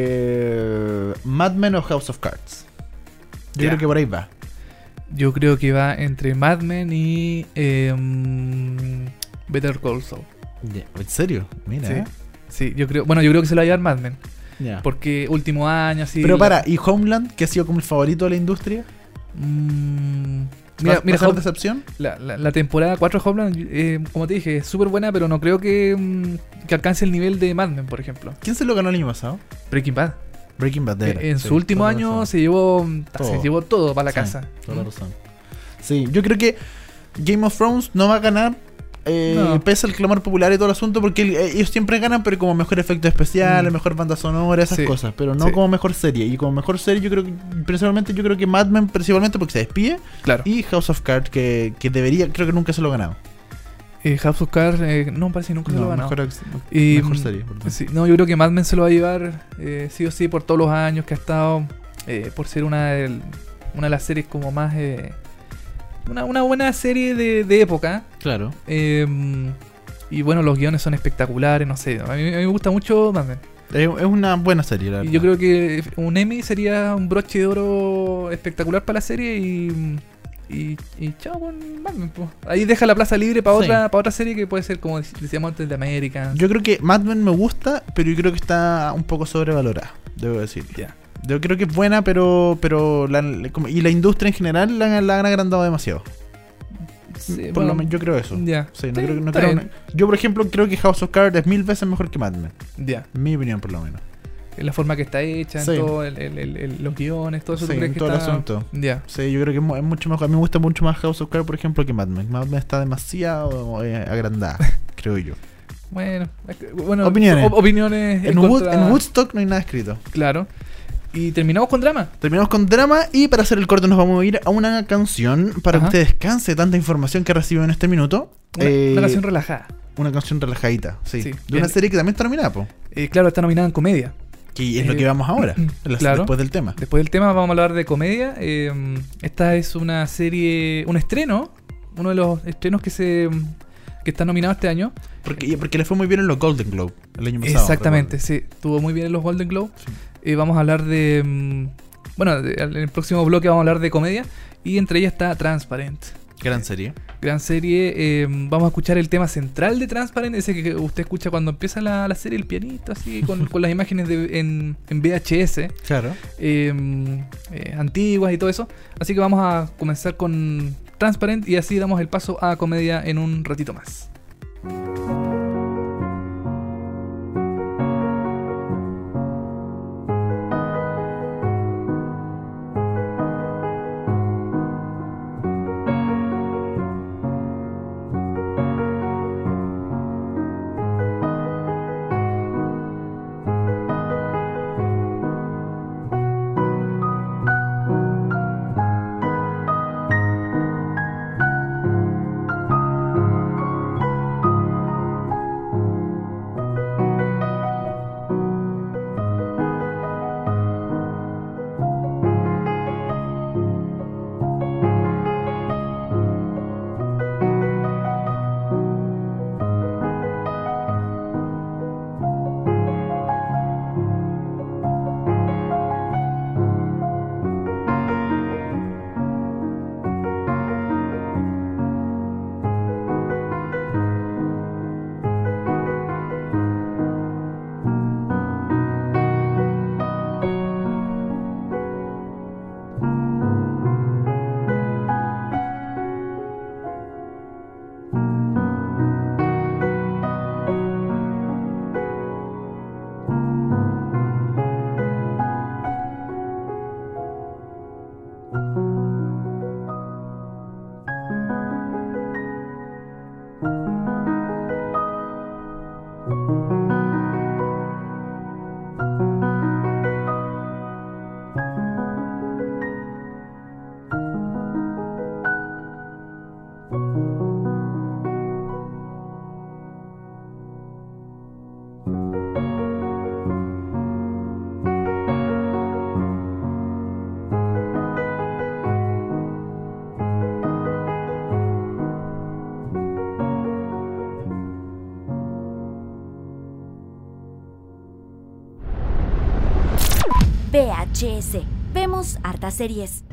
eh, Mad Men o House of Cards. Yo Ya. creo que por ahí va. Yo creo que va entre Mad Men y eh, mm, Better Call Saul. ¿En serio? Mira. Sí. ¿eh? Sí, yo creo. Bueno, yo creo que se lo va a llevar Mad Men. Ya. Porque último año, así. Pero la- para, ¿y Homeland, que ha sido como el favorito de la industria? Mm, ¿Va- mira, va mira a ser Home- decepción? la, la- la temporada cuatro de Homeland, eh, como te dije, es súper buena, pero no creo que, mm, que alcance el nivel de Mad Men, por ejemplo. ¿Quién se lo ganó el año pasado? Breaking Bad. Breaking Bad. de Eh, veras, en sí, su último toda la año razón. se llevó, Todo. se llevó todo para la Sí, casa. toda la razón. Sí, yo creo que Game of Thrones no va a ganar. Eh, No. Pese al clamor popular y todo el asunto, porque el- ellos siempre ganan, pero como mejor efecto especial, Mm. mejor banda sonora, esas Sí. cosas, pero no Sí. como mejor serie. Y como mejor serie, yo creo que, principalmente, yo creo que Mad Men, principalmente porque se despide, Claro. y House of Cards, que, que debería, creo que nunca se lo ha ganado. Eh, House of Cards, eh, no, parece que nunca se lo ha ganado. mejor, Y, mejor mm, serie. perdón. Sí, no, yo creo que Mad Men se lo va a llevar eh, sí o sí por todos los años que ha estado, eh, por ser una de, una de las series como más... eh, una, una buena serie de, de época. Claro. eh, y bueno, los guiones son espectaculares, no sé. A mí, a mí me gusta mucho Mad Men. Es, es una buena serie, la Y verdad. yo creo que un Emmy sería un broche de oro espectacular para la serie y... Y, y chao con Mad Men, po. Ahí deja la plaza libre para Sí. otra para otra serie que puede ser como decíamos antes de América. Yo creo que Mad Men me gusta, pero yo creo que está un poco sobrevalorada, debo decir. Ya. Yo creo que es buena, pero pero la, como- y la industria en general la, la han agrandado demasiado. Sí, Por lo bueno, menos yo creo eso. Ya. Sí, no Sí, creo, no está creo- bien. yo, por ejemplo, creo que House of Cards es mil veces mejor que Mad Men. Ya. En mi opinión, por lo menos. En la forma que está hecha, en Sí. todo, el, el- el- el- los guiones, todo eso. Sí, ¿tú crees en que todo el está- asunto. Ya. Sí, yo creo que es mu- es mucho mejor. A mí me gusta mucho más House of Cards, por ejemplo, que Mad Men. Mad Men está demasiado eh, agrandada, creo yo. Bueno, es que- bueno Opiniones. op- opiniones En, Wood- contra- en Woodstock no hay nada escrito. Claro. Y terminamos con drama. Terminamos con drama y para hacer el corte nos vamos a ir a una canción para Ajá. que usted descanse de tanta información que recibe en este minuto. Una, Eh, una canción relajada. una canción relajadita, sí. Sí. De una Bien. serie que también está nominada, po. Eh, claro, está nominada en comedia. Que es lo Eh, que vamos ahora, las- claro. después del tema. Después del tema vamos a hablar de comedia. Eh, esta es una serie, un estreno, uno de los estrenos que se que está nominado este año. Porque, porque le fue muy bien en los Golden Globe el año pasado. Exactamente, recuerdo. sí. Estuvo muy bien en los Golden Globe. Sí. Eh, vamos a hablar de... mm, bueno, de- en el próximo bloque vamos a hablar de comedia. Y entre ellas está Transparent. Gran serie. Gran serie. eh, vamos a escuchar el tema central de Transparent. Ese que usted escucha cuando empieza la, la serie, el pianito, así, con, con las imágenes de, en, en V H S. Claro. eh, eh, antiguas y todo eso. Así que vamos a comenzar con Transparent y así damos el paso a comedia en un ratito más. V H S. Vemos hartas series.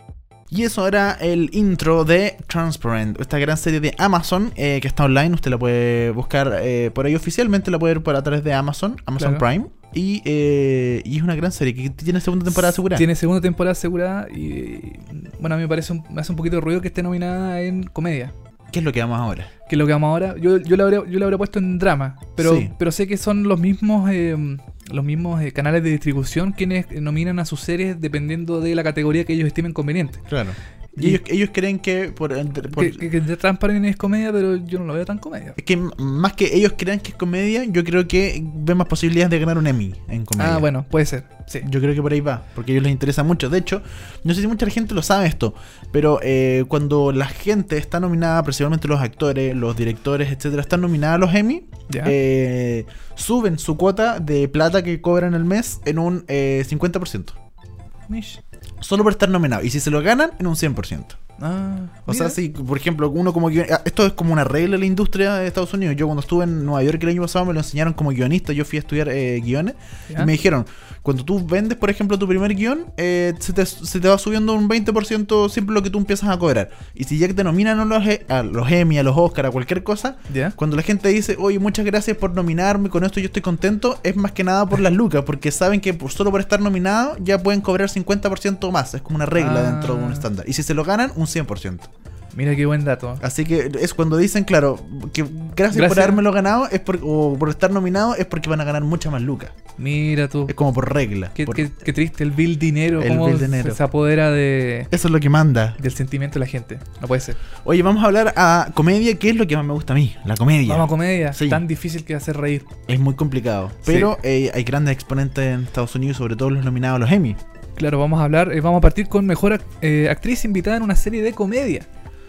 Y eso era el intro de Transparent, esta gran serie de Amazon eh, que está online. Usted la puede buscar eh, por ahí oficialmente, la puede ver por a través de Amazon, Amazon Claro. Prime. Y, eh, y es una gran serie que tiene segunda temporada asegurada. Tiene segunda temporada asegurada y bueno, a mí me parece un, me hace un poquito de ruido que esté nominada en comedia. ¿Qué es lo que vamos ahora? Que es lo que vamos ahora. Yo, yo, la, habría, yo la habría puesto en drama, pero, Sí. pero sé que son los mismos eh, los mismos eh, canales de distribución quienes nominan a sus series dependiendo de la categoría que ellos estimen conveniente. Claro. Y Y- ellos, ellos creen que por, entre- por- Que, que, que The Transparent es comedia, pero yo no lo veo tan comedia. es que m- más que ellos crean que es comedia, yo creo que ven más posibilidades de ganar un Emmy en comedia. Ah, bueno, puede ser. Sí. Yo creo que por ahí va, porque a ellos les interesa mucho. De hecho, no sé si mucha gente lo sabe esto, pero eh, cuando la gente está nominada, principalmente los actores, los directores, etcétera, están nominadas a los Emmy, Ya. eh, suben su cuota de plata que cobran al mes en un eh, cincuenta por ciento. Mish. Solo por estar nominado. Y si se lo ganan, en un cien por ciento. Ah, O mira. sea, si, por ejemplo, uno como guion- ah, esto es como una regla de la industria de Estados Unidos. Yo cuando estuve en Nueva York el año pasado me lo enseñaron como guionista. Yo fui a estudiar eh, guiones Ya. y me dijeron, cuando tú vendes, por ejemplo, tu primer guión, eh, se, te, se te va subiendo un veinte por ciento siempre lo que tú empiezas a cobrar. Y si ya que te nominan a los, e- a los Emmy, a los Oscar, a cualquier cosa, Ya. cuando la gente dice, oye, muchas gracias por nominarme, con esto yo estoy contento, es más que nada por las lucas, porque saben que por, solo por estar nominado ya pueden cobrar cincuenta por ciento más. Es como una regla Ah. dentro de un estándar. Y si se lo ganan, un cien por ciento. Mira qué buen dato. Así que es cuando dicen, claro, que gracias, por Gracias. habérmelo ganado es por, o por estar nominado, es porque van a ganar muchas más lucas. Mira tú. Es como por regla. Qué, por- qué- qué triste el bill dinero. El Cómo bill se- dinero. se apodera de, Eso es lo que manda. del sentimiento de la gente. No puede ser. Oye, vamos a hablar a comedia, que es lo que más me gusta a mí, la comedia. Vamos a comedia. Sí. Tan difícil que hacer reír. Es muy complicado. Pero eh, hay grandes exponentes en Estados Unidos, sobre todo los nominados a los Emmy. Claro, vamos a hablar, eh, vamos a partir con mejor ac- eh, actriz invitada en una serie de comedia.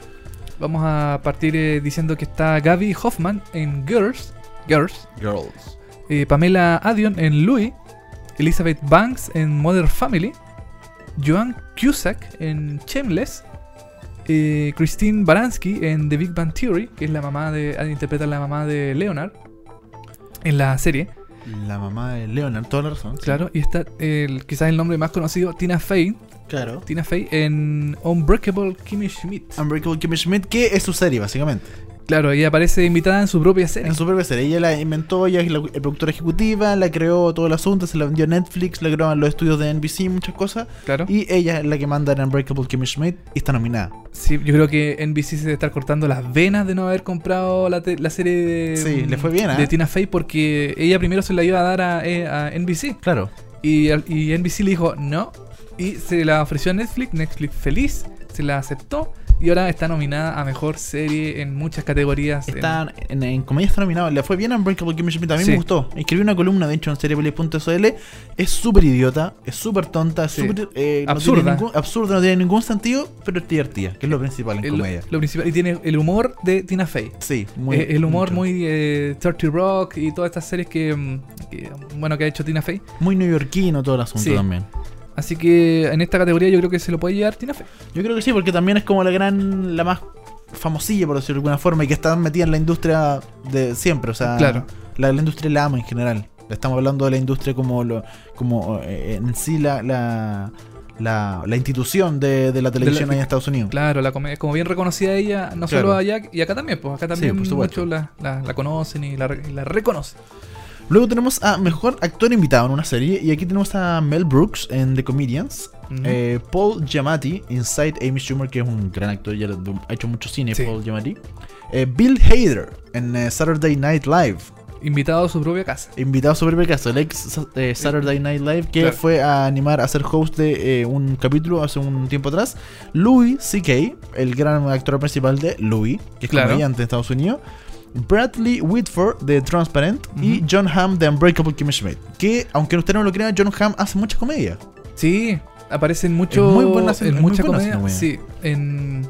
Vamos a partir eh, diciendo que está Gaby Hoffman en Girls, Girls, Girls. eh, Pamela Addion en Louis, Elizabeth Banks en Modern Family, Joan Cusack en Shameless, eh, Christine Baranski en The Big Bang Theory, que es la mamá de, ah, interpreta a la mamá de Leonard en la serie. La mamá de Leonard, toda la razón. sí. Claro, y está el, quizás el nombre más conocido, Tina Fey, Claro. Tina Fey en Unbreakable Kimmy Schmidt. Unbreakable Kimmy Schmidt, que es su serie, básicamente. Claro, ella aparece invitada en su propia serie. En su propia serie. Ella la inventó, ella es la eh, productora ejecutiva, la creó todo el asunto, se la vendió a Netflix, la creó en los estudios de N B C, muchas cosas. Claro. Y ella es la que manda en Unbreakable Kimmy Schmidt y está nominada. Sí, yo creo que N B C se debe estar cortando las venas de no haber comprado la, te- la serie de, Sí, le fue bien, ¿eh? de Tina Fey porque ella primero se la iba a dar a, eh, a N B C Claro. y, al- y N B C le dijo no y se la ofreció a Netflix, Netflix feliz, se la aceptó y ahora está nominada a mejor serie en muchas categorías. en- Está en, en comedia está nominado. Le fue bien a Unbreakable Kimmy Schmidt. A mí Sí. me gustó. Escribí una columna, de hecho, en seriepolis punto c l. Es súper idiota, es súper tonta, es Sí. súper. eh, no Absurda. tiene ningún- absurda, no tiene ningún sentido, pero es divertida, que es lo principal en el- comedia. lo principal, y tiene el humor de Tina Fey. Sí, muy. Eh, el humor mucho. muy eh, thirty Rock y todas estas series que, mm, que, bueno, que ha hecho Tina Fey. Muy neoyorquino todo el asunto Sí. también. Así que en esta categoría yo creo que se lo puede llevar Tina Fey. Yo creo que sí, porque también es como la gran, la más famosilla, por decirlo de alguna forma, y que está metida en la industria de siempre. O sea, Claro. la, la industria la ama en general. Estamos hablando de la industria como lo, como eh, en sí la, la, la, la institución de, de la televisión De la- ahí en Estados Unidos. Claro, la comedia es como bien reconocida ella, no Claro. solo allá y acá también, pues acá también por supuesto. muchos la, la, la conocen y la, re- y la reconocen. Luego tenemos a mejor actor invitado en una serie, y aquí tenemos a Mel Brooks en The Comedians, Ujú. eh, Paul Giamatti Inside Amy Schumer, que es un gran actor, ya ha hecho mucho cine. Sí. Paul Giamatti, eh, Bill Hader en eh, Saturday Night Live, Invitado a su propia casa. invitado a su propio caso, el ex eh, Saturday Night Live, que Claro. fue a animar a ser host de eh, un capítulo hace un tiempo atrás. Louis C K, el gran actor principal de Louis, que es Claro. comediante en Estados Unidos. Bradley Whitford de Transparent y Ujú. John Hamm de Unbreakable Kimmy Schmidt, que aunque usted no lo crea, John Hamm hace mucha comedia. Sí, aparecen mucho Es muy buena haciendo- en es muy mucha buena comedia. haciendo Sí, en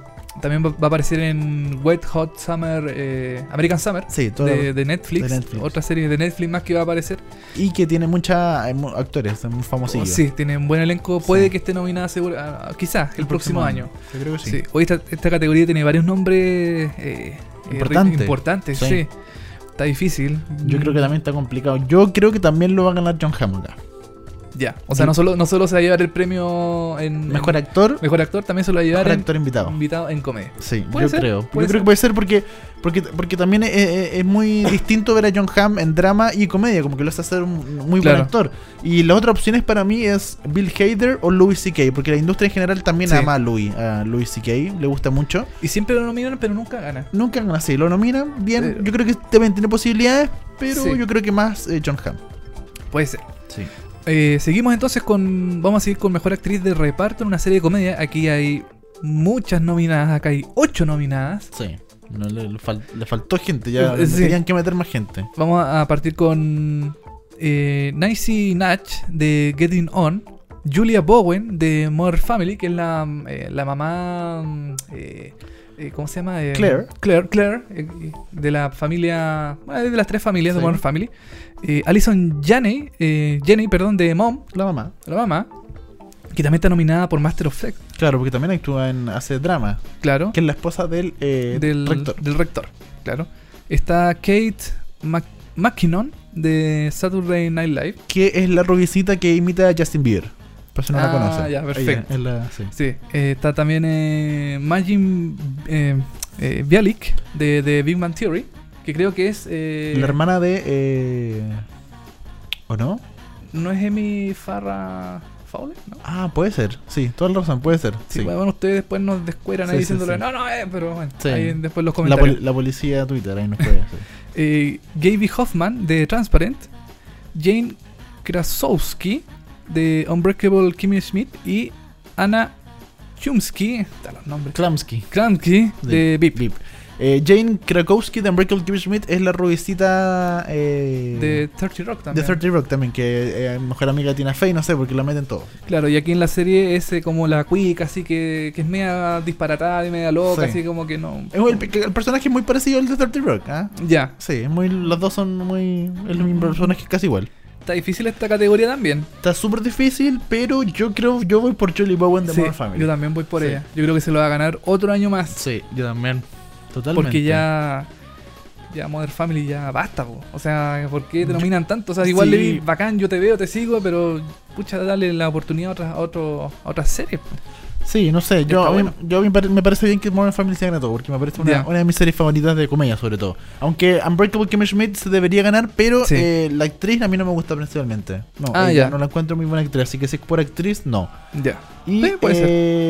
También va, va a aparecer en Wet Hot Summer, eh, American Summer, Sí, todo de, de, Netflix, de Netflix. otra serie de Netflix más que va a aparecer. Y que tiene muchos actores, es muy famosillo. Sí, tiene un buen elenco, puede Sí. que esté nominada segura, ah, quizás el, El próximo, próximo año. año. Yo creo que sí. Sí. Hoy esta, esta categoría tiene varios nombres eh, Importante. eh, importantes, Sí. sí. Está difícil. Yo creo que también está complicado. Yo creo que también lo va a ganar John Hamm acá. Ya, o sea, Sí. no solo, no solo se va a llevar el premio en Mejor en- actor, mejor actor, también se lo va a llevar mejor en actor invitado. invitado en comedia. Sí, ¿Puede yo ser? creo. Yo ¿Puede creo ser? que puede ser porque porque, porque también es, es- es muy distinto ver a John Hamm en drama y comedia, como que lo hace hacer un muy buen Claro. actor. Y las otras opciones para mí es Bill Hader o Louis C K, porque la industria en general también Sí. ama a Louis, a Louis C K, le gusta mucho. Y siempre lo nominan, pero nunca gana. Nunca ganan así, lo nominan bien. Pero- Yo creo que también tiene posibilidades, pero Sí. yo creo que más eh, John Hamm. Puede ser. Sí. Eh, seguimos entonces con. Vamos a seguir con mejor actriz de reparto en una serie de comedia. Aquí hay muchas nominadas. Acá hay ocho nominadas. Sí. No, le, le fal- le faltó gente, ya Eh, sí. tenían que meter más gente. Vamos a partir con eh, Niecy Nash de Getting On, Julia Bowen de Modern Family, que es la, eh, la mamá, mm, eh, eh, ¿cómo se llama? Eh, Claire. Claire, Claire eh, de la familia, bueno, de las tres familias Sí. de Modern Family. Eh, Alison Janney, eh, Jenny, perdón, de Mom, La mamá. la mamá, que también está nominada por Master of Sex, Claro, porque también actúa en hace drama, claro, que es la esposa del, eh, del rector. del rector, claro. Está Kate Mac- McKinnon de Saturday Night Live. Que es la rubicita que imita a Justin Bieber. Por si no la Ah, conoce. ya, perfecto. Ella es la- sí. Sí, eh, está también eh, Majin eh, eh, Bialik de, de Big Bang Theory, que creo que es... eh, La hermana de. Eh... ¿O no? ¿No es Amy Farrah Fowler? ¿No? Ah, puede ser. Sí, toda la razón, puede ser. Sí, Sí. bueno, ustedes después nos descueran ahí Sí, sí, diciéndole, sí. no, no, eh, pero bueno, Sí. ahí después los La, comentarios. poli- la policía de Twitter, ahí nos puede. Sí. Eh, Gaby Hoffman de Transparent, Jane Krasowski de Unbreakable Kimmy Schmidt y Anna Chumsky, están los nombres, Klamsky. Klamsky de VIP. Vip. Eh, Jane Krakowski de Unbreakable Kimmy Schmidt es la rubicita eh, De thirty Rock de también. thirty Rock también, que eh, mejor amiga de Tina Fey, no sé, porque la meten todo. Claro, y aquí en la serie es eh, como la quick, así que, que es media disparatada y media loca, Sí. así como que no. Es el, el personaje es muy parecido al de thirty Rock, ¿ah? Ya, Sí, es muy, los dos son muy. Es el mismo personaje casi igual. está difícil esta categoría también. Está súper difícil, pero yo creo, yo voy por Julie Bowen de Sí, Modern Family. yo también voy por Sí. ella. Yo creo que se lo va a ganar otro año más. Sí, yo también. Totalmente. Porque ya. Ya Modern Family ya basta, po. O sea, ¿por qué te nominan tanto? O sea, igual Sí. le vi bacán, yo te veo, te sigo, pero pucha, dale la oportunidad a otras, a otro, a otras series, po. Sí, no sé, yo, Está a mí, bueno. yo a mí me pare- me parece bien que Modern Family se gane todo, porque me parece una, Ya. una de mis series favoritas de comedia, sobre todo. Aunque Unbreakable Kimmy Schmidt se debería ganar, pero Sí. eh, la actriz a mí no me gusta principalmente. No, Ah, ella ya. no la encuentro muy buena actriz, así que si es por actriz, no. Ya. Y Sí, puede ser.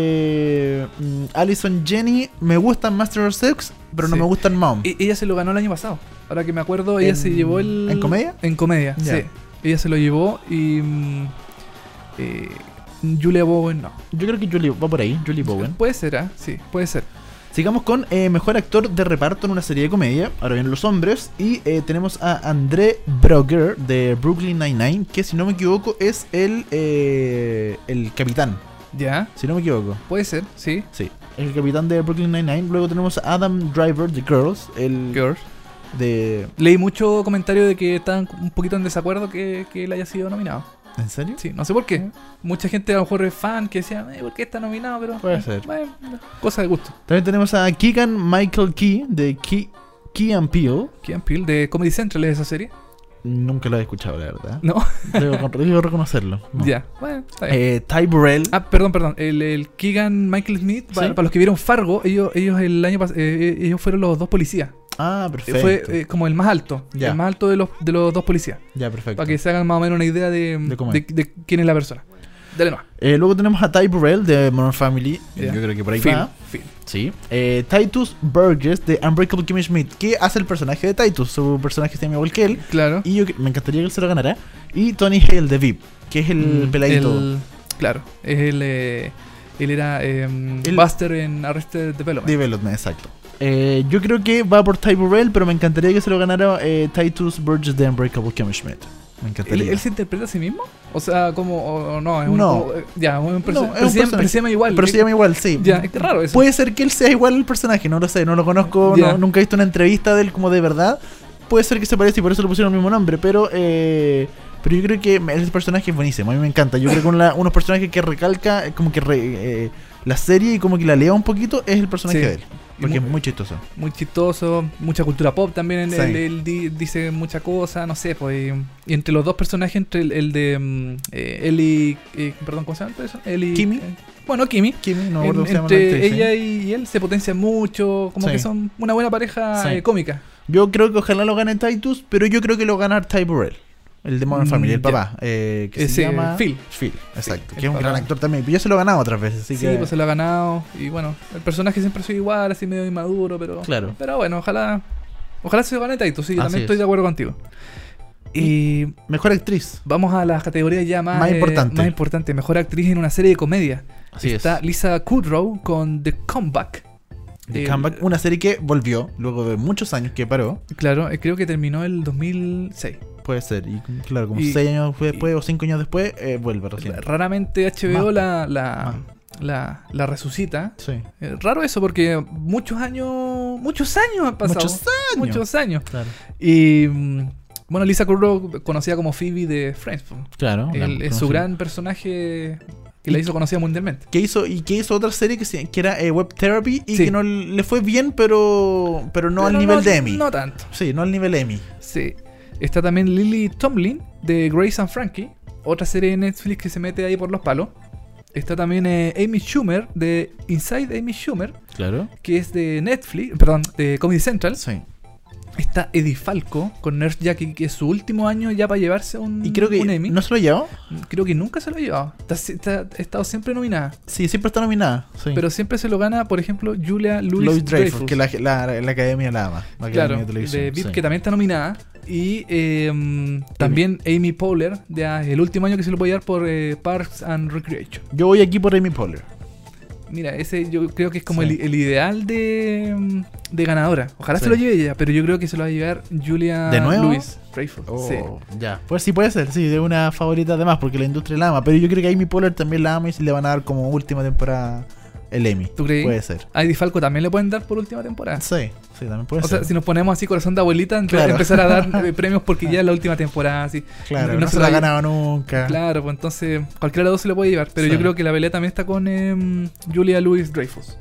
eh, mm, Alison Jenny, me gustan Master of Sex, pero no Sí. me gustan Mom. E- ella se lo ganó el año pasado. Ahora que me acuerdo, ella ¿En- se llevó el. en comedia? En comedia, Ya. sí. Ella se lo llevó y. mm, eh, Julia Bowen no. Yo creo que Julie va por ahí, Julie Bowen. Puede ser, ¿ah? Sí, puede ser. Sigamos con eh, mejor actor de reparto en una serie de comedia. Ahora vienen los hombres. Y eh, tenemos a André Brugger de Brooklyn Nine-Nine, que si no me equivoco es el, eh, el capitán. Ya, Si no me equivoco. puede ser, sí. Sí, es el capitán de Brooklyn Nine-Nine. Luego tenemos a Adam Driver de Girls, el Girls. de... Leí mucho comentario de que estaban un poquito en desacuerdo que, que él haya sido nominado. ¿En serio? Sí, no sé por qué. Mucha gente a lo mejor es fan que decía, eh, ¿por qué está nominado? Pero Puede ser. Bueno, cosa de gusto. También tenemos a Keegan Michael Key de Key, Key and Peele. Keanu Peele de Comedy Central es esa serie. Nunca lo he escuchado, la verdad. No, Debo, debo reconocerlo. No. ya. Bueno, está bien. Eh, Ty Burrell. Ah, perdón, perdón. El, el Keegan Michael Smith, ¿Sí? para, para los que vieron Fargo, ellos, ellos el año pasado, ellos fueron los dos policías. Ah, Eh, perfecto. Fue eh, como el más alto, Ya. el más alto de los, de los dos policías. Ya, perfecto. Para que se hagan más o menos una idea de, De cómo de, es. de quién es la persona. Dale nomás. Eh, luego tenemos a Ty Burrell de Modern Family. Ya. Yo creo que por ahí Phil, va. Phil. Sí. Eh, Titus Burgess de Unbreakable Kimmy Schmidt, que hace el personaje de Titus. Su personaje se llama igual que él. Claro. Y yo que- me encantaría que él se lo ganara. Y Tony Hale de V I P, que es el Mm, peladito. el- claro. Es el, eh, él era eh, El- Buster en Arrested Development. Development, exacto. Eh, yo creo que va por Ty Burrell, pero me encantaría que se lo ganara eh, Titus Burgess de Unbreakable Kimmy Schmidt. Me ¿Él, encantaría. él se interpreta a sí mismo? O sea, como... O, o no, es un... No. o- ya, un perso- No, es pero, un se llama, personaje. pero se llama igual. Pero se llama igual, sí. Ya, es que raro eso. Puede ser que él sea igual al personaje, no lo sé, no lo conozco, Ya. no- nunca he visto una entrevista de él como de verdad. Puede ser que se parezca y por eso le pusieron el mismo nombre, pero eh, pero yo creo que ese personaje es buenísimo, a mí me encanta. Yo creo que una- unos personajes que recalca, eh, como que re- eh, la serie y como que la lea un poquito, es el personaje Sí. de él. Y Porque mu- es muy chistoso. Muy chistoso, mucha cultura pop también. Él, Sí. él- él di- dice mucha cosa, no sé, pues. Y, y entre los dos personajes, entre el, el de mm, eh, Ellie. eh, perdón, ¿cómo se llama eso? Ellie. Kimi. eh, bueno, Kimi. Kimi, no me En- acuerdo cómo se llama la entre actriz, ella sí. y, y él se potencian mucho, como Sí. que son una buena pareja Sí. eh, cómica. Yo creo que ojalá lo gane Titus, pero yo creo que lo gana Ty Burrell, el de Modern Mm, Family, el ya. papá, eh, que Ese, se llama Phil. Phil, exacto, el que es un papá. gran actor también. Ya se lo ha ganado otras veces, así Sí, que pues se lo ha ganado. Y bueno, el personaje siempre ha sido igual, así medio inmaduro, pero. Claro. Pero bueno, ojalá. Ojalá se lo gane Taito, sí, Así también es. estoy de acuerdo contigo. Y mejor actriz. vamos a las categorías ya más, Más eh, importante. más importante. Mejor actriz en una serie de comedia. Así Está es. Lisa Kudrow con The Comeback. The Eh, Comeback, una serie que volvió luego de muchos años que paró. Claro, eh, creo que terminó el dos mil seis. Puede ser, y claro, como Y- seis años después o cinco años después, eh, vuelve recién. Raramente H B O Más. la, la, Más. la, la resucita. Sí. Eh, raro eso porque muchos años, muchos años han pasado. Muchos años. Muchos años. Claro. Y mm, bueno, Lisa Kudrow, conocida como Phoebe de Friends, po. Claro. El- la es conocí. su gran personaje que la hizo conocida mundialmente. Que hizo, y que hizo otra serie que, se- que era eh, Web Therapy y Sí. que no le fue bien, pero pero no Pero al nivel no- de Emmy. No tanto. Sí, no al nivel Emmy. Sí. Está también Lily Tomlin de Grace and Frankie, otra serie de Netflix que se mete ahí por los palos. Está también eh, Amy Schumer de Inside Amy Schumer, Claro. que es de Netflix, perdón, de Comedy Central. Sí. Está Eddie Falco con Nurse Jackie, que es su último año ya para llevarse un, Y creo que un Emmy. no se lo llevó. Creo que nunca se lo ha llevado. Está, está- ha estado siempre nominada. Sí, siempre está nominada. Sí. Pero siempre se lo gana, por ejemplo, Julia Louis, Louis Dreyfus. Dreyfus, que la, la, la academia la ama. La academia Claro, de televisión. de V I P, sí. que también está nominada. Y eh, también Amy Poehler, de ah, el último año que se lo puede llevar por eh, Parks and Recreation. Yo voy aquí por Amy Poehler. Mira, ese yo creo que es como Sí. el, el ideal de, mm, de ganadora. Ojalá Sí. se lo lleve ella, pero yo creo que se lo va a llevar Julia ¿De nuevo? Louis Dreyfus. Oh, Sí. ya. Pues sí puede ser, sí, de una favorita además, porque la industria la ama. Pero yo creo que Amy Poehler también la ama y se le van a dar como última temporada el Emmy. ¿Tú crees? Puede ser. A Eddie Falco también le pueden dar por última temporada. Sí, sí, también puede O ser. sea, si nos ponemos así corazón de abuelita, empe- Claro. empezar a dar eh, premios porque ya es la última temporada, así. Claro, y no, se se la ha la- ganado nunca. Claro, pues entonces cualquiera de los dos se lo puede llevar. Pero Sí. yo creo que la pelea también está con em, Julia Louis Dreyfus.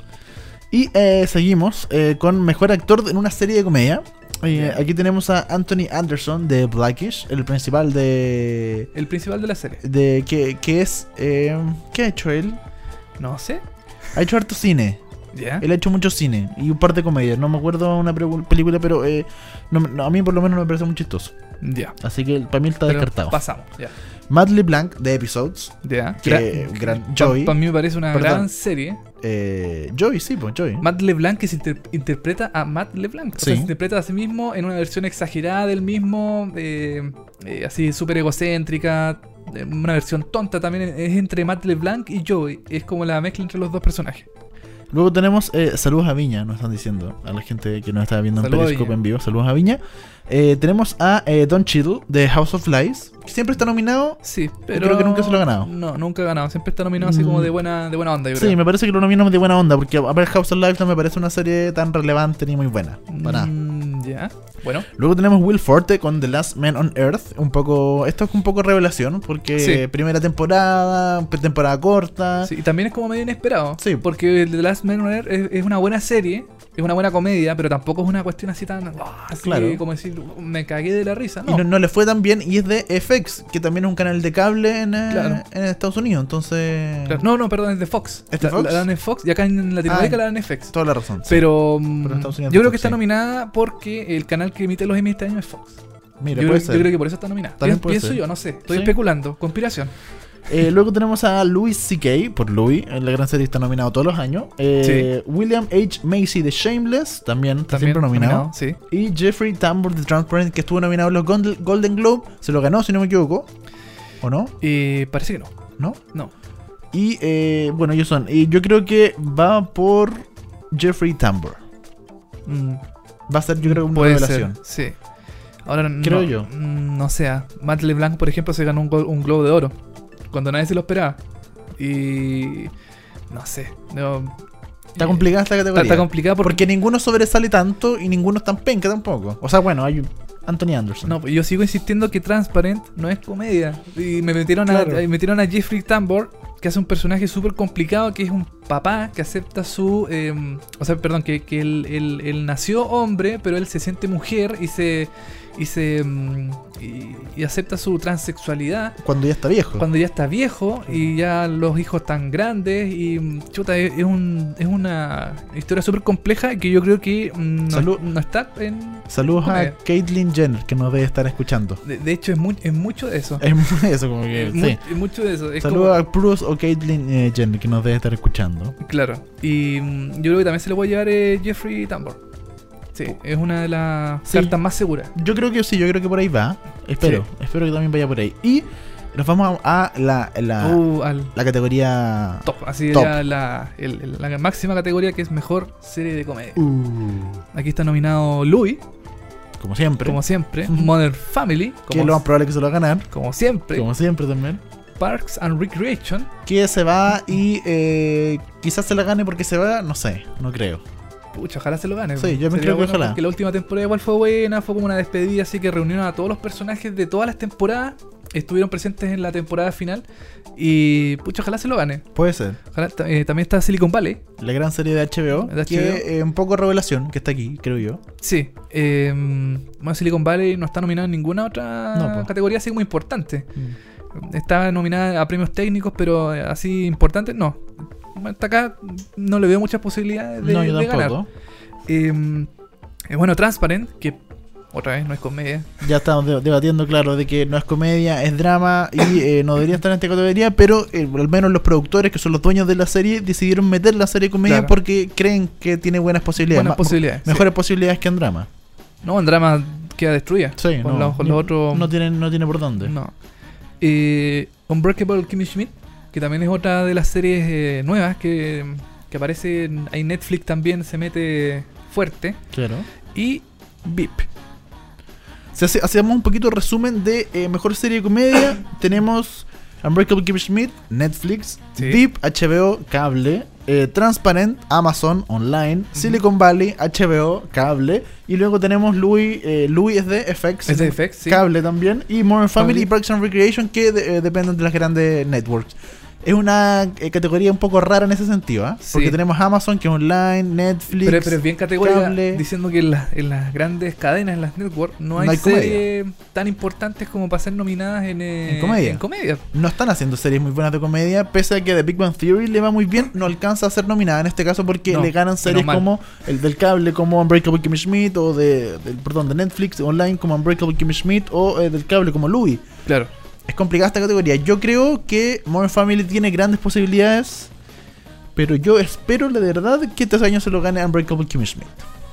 Y eh, seguimos eh, con mejor actor en una serie de comedia. Eh, aquí tenemos a Anthony Anderson de Blackish, el principal de. El principal de la serie. de que, que es. eh, ¿Qué ha hecho él? No sé. Ha hecho harto cine. ¿Ya? Él ha hecho mucho cine y un par de comedias. No me acuerdo una pre- película, pero eh, no, no, a mí por lo menos no me parece muy chistoso. Ya. Así que para mí está Pero descartado. pasamos, ya. Matt LeBlanc de Episodes. Ya. Que gran- Joey. Para mí me parece una Perdón. gran serie. Eh, Joey, sí, pues Joey. Matt LeBlanc que se inter- interpreta a Matt LeBlanc. O sea, Sí. se interpreta a sí mismo en una versión exagerada del mismo, eh, eh, así súper egocéntrica, eh, una versión tonta también. Es entre Matt LeBlanc y Joey. Es como la mezcla entre los dos personajes. Luego tenemos eh, saludos a Viña, nos están diciendo a la gente que nos está viendo Saludos en a Periscope Viña. en vivo. Saludos a Viña. Eh, tenemos a eh, Don Cheadle de House of Lies, que siempre está nominado. Sí, pero. creo que nunca se lo ha ganado. No, nunca ha ganado. Siempre está nominado así como Mm. de buena, de buena onda, yo creo. Sí, me parece que lo nominamos de buena onda, porque a ver, House of Lies no me parece una serie tan relevante ni muy buena. Para nada. Mm, ya. Bueno. Luego tenemos Will Forte con The Last Man on Earth. Un poco, esto es un poco revelación, porque Sí. primera temporada, temporada corta. Sí, y también es como medio inesperado. Sí. Porque The Last Man on Earth es, es una buena serie, es una buena comedia, pero tampoco es una cuestión así tan. ah, así Claro. como decir, "Uh, me cagué de la risa. Y No. no, no le fue tan bien, y es de F X, que también es un canal de cable en, eh, Claro. en Estados Unidos. Entonces, Claro, no, no, perdón, es de Fox. ¿Es de La- Fox? La, dan en Fox y acá en Latinoamérica Ah, la dan en F X. toda la razón. sí. Pero, mm, Pero en Estados Unidos yo de creo que Fox, está sí. nominada porque el canal que emite los Emmy este año es Fox. Mira, yo, puede creo, ser. yo creo que por eso está nominada. También Pienso puede pienso ser. yo, no sé. Estoy Sí. especulando. Conspiración. Eh, luego tenemos a Louis C K por Louis, en la gran serie está nominado todos los años. Eh, William H. Macy de Shameless, también está También siempre nominado. Sí. Y Jeffrey Tambor de Transparent, que estuvo nominado en los Golden Golden Globe, se lo ganó, si no me equivoco. ¿O no? Eh, parece que no. ¿No? No. Y eh, bueno, ellos son. Y yo creo que va por Jeffrey Tambor. Mm, Va a ser, yo creo, una puede revelación. ser. Sí. Ahora no, Creo yo. mm, no sé, ah, Matt LeBlanc, por ejemplo, se ganó un, go- un Globo de Oro cuando nadie se lo esperaba. Y no sé, no, Está eh, complicada esta Está, categoría. está complicado porque, Porque ninguno sobresale tanto y ninguno es tan penca tampoco. O sea, bueno, hay un Anthony Anderson. no, yo sigo insistiendo que Transparent no es comedia. Y me metieron, Claro. a, metieron a Jeffrey Tambor, que hace un personaje súper complicado, que es un papá que acepta su... eh, o sea, perdón, que, que él, él- él nació hombre, pero él se siente mujer y se... Y se mm, y, y acepta su transexualidad Cuando ya está viejo. cuando ya está viejo y ya los hijos están grandes y mm, chuta, es, es un, es una historia súper compleja que yo creo que mm, no, Salud. no está en... Saludos a Comedia. Caitlyn Jenner, que nos debe estar escuchando. De, de hecho es, muy, es mucho de eso. Es muy eso, como que. Es sí. mu- es mucho de eso. Es Saludos como- a Bruce o Caitlyn eh, Jenner, que nos debe estar escuchando. Claro. Y mm, yo creo que también se lo puede llevar eh, Jeffrey Tambor. Sí, es una de las Sí. cartas más seguras. Yo creo que sí, yo creo que por ahí va. Espero, espero que también vaya por ahí. Y nos vamos a, a la, la, Uh, al la categoría. top. Así Top. ya la, el- el- la máxima categoría que es mejor serie de comedia. Uh, Aquí está nominado Louis, como siempre. como siempre. Ujú. Modern Family, que como, es lo más probable que se lo va a ganar. como siempre. Como siempre también. Parks and Recreation. Que se va y eh, quizás se la gane porque se va, no sé, no creo. Pucha, ojalá se lo gane. Sí, yo me Sería creo que bueno ojalá. Porque la última temporada igual fue buena, fue como una despedida, así que reunieron a todos los personajes de todas las temporadas. Estuvieron presentes en la temporada final. Y pucha, ojalá se lo gane. Puede ser. Ojalá, ta- eh, también está Silicon Valley. La gran serie de H B O. De H B O. Que eh, un poco revelación, que está aquí, creo yo. Sí. Eh, bueno, Silicon Valley no está nominado en ninguna otra No, po. categoría así como importante. Está nominada a premios técnicos, pero eh, así importantes, no. Hasta acá no le veo muchas posibilidades de, no, yo de ganar. tampoco. Eh, eh, bueno, Transparent, que otra vez no es comedia. Ya estamos de- debatiendo, claro, de que no es comedia, es drama y eh, no debería estar en esta categoría, pero eh, al menos los productores, que son los dueños de la serie, decidieron meter la serie de comedia Claro. porque creen que tiene buenas posibilidades. Buenas Ma- posibilidades. Mejores posibilidades que en drama. Sí. No, en drama queda destruida. Sí, con no, los, con ni- los otros. no, tiene, no tiene por dónde. No. Eh, Unbreakable Kimmy Schmidt, que también es otra de las series eh, nuevas que, que aparece en ahí Netflix también se mete fuerte. Claro. Y V I P. Si hace- hacemos un poquito de resumen de eh, mejor serie de comedia, tenemos Unbreakable Kimmy Schmidt, Netflix, Sí. V I P, H B O, cable, eh, Transparent, Amazon, online, Silicon Valley, H B O, cable, y luego tenemos Louis, eh, Louis es de F X, Es de F X, sí. cable también, y Modern Family Family. y Parks and Recreation, que de- eh, dependen de las grandes networks. Es una eh, categoría un poco rara en ese sentido, ¿ah? Sí. Porque tenemos Amazon, que es online, Netflix, Pero, pero es bien categórica cable. diciendo que en, las- en las grandes cadenas, en las networks, no hay, No hay series tan importantes como para ser nominadas en, eh, En comedia. en comedia. No están haciendo series muy buenas de comedia, pese a que The Big Bang Theory le va muy bien, no alcanza a ser nominada en este caso porque No, le ganan series menos mal. como el del cable, como Unbreakable Kimmy Schmidt, o de, del- perdón, de Netflix online como Unbreakable Kimmy Schmidt, o eh, del cable como Louis. Claro. Es complicada esta categoría. Yo creo que Modern Family tiene grandes posibilidades, pero yo espero de verdad que este año se lo gane Unbreakable Kimmy Schmidt.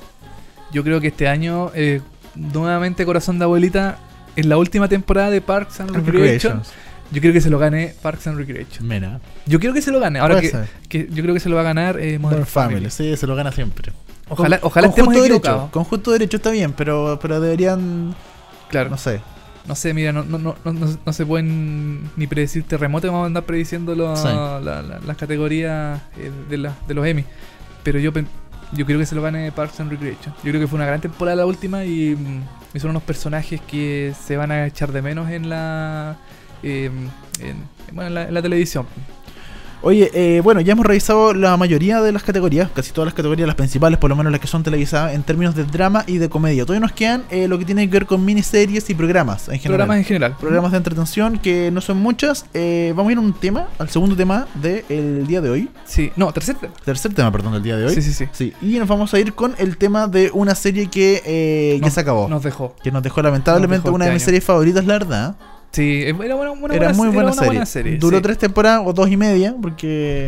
Yo creo que este año, eh, nuevamente Corazón de Abuelita, en la última temporada de Parks and And Recreation, Recreations. yo creo que se lo gane Parks and Recreation. Mira, Yo quiero que se lo gane. Ahora Puede que, ser. que yo creo que se lo va a ganar eh, Modern Modern Family. Family, sí, se lo gana siempre. Ojalá, Con- ojalá con estemos justo derecho, equivocados. con justo derecho está bien, pero, pero deberían, Claro. no sé. No sé, mira, no, no, no, no, no- no se pueden ni predecir terremotos, vamos a andar prediciendo lo- Sí. la- la- las categorías eh, de, la- de los Emmy. Pero yo, pen- yo creo que se lo gane Parks and Recreation. Yo creo que fue una gran temporada la última y, mm, y son unos personajes que se van a echar de menos en la, eh, en, bueno, en la, en la televisión. Oye, eh, bueno, ya hemos revisado la mayoría de las categorías, casi todas las categorías, las principales, por lo menos las que son televisadas, en términos de drama y de comedia. Todavía nos quedan eh, lo que tiene que ver con miniseries y programas en general. Programas en general. Programas de entretención, que no son muchas. Eh, vamos a ir a un tema, al segundo tema del día de hoy. Sí, no, tercer. Tercer tema, perdón, del día de hoy. Sí, sí, sí. Sí, y nos vamos a ir con el tema de una serie que, eh, que Nos- se acabó. Nos dejó. Que nos dejó lamentablemente Nos dejó una de este mis año. series favoritas, la verdad. Sí, era, buena, una Era buena, muy era buena una serie. buena serie. Duró sí. tres temporadas o dos y media, porque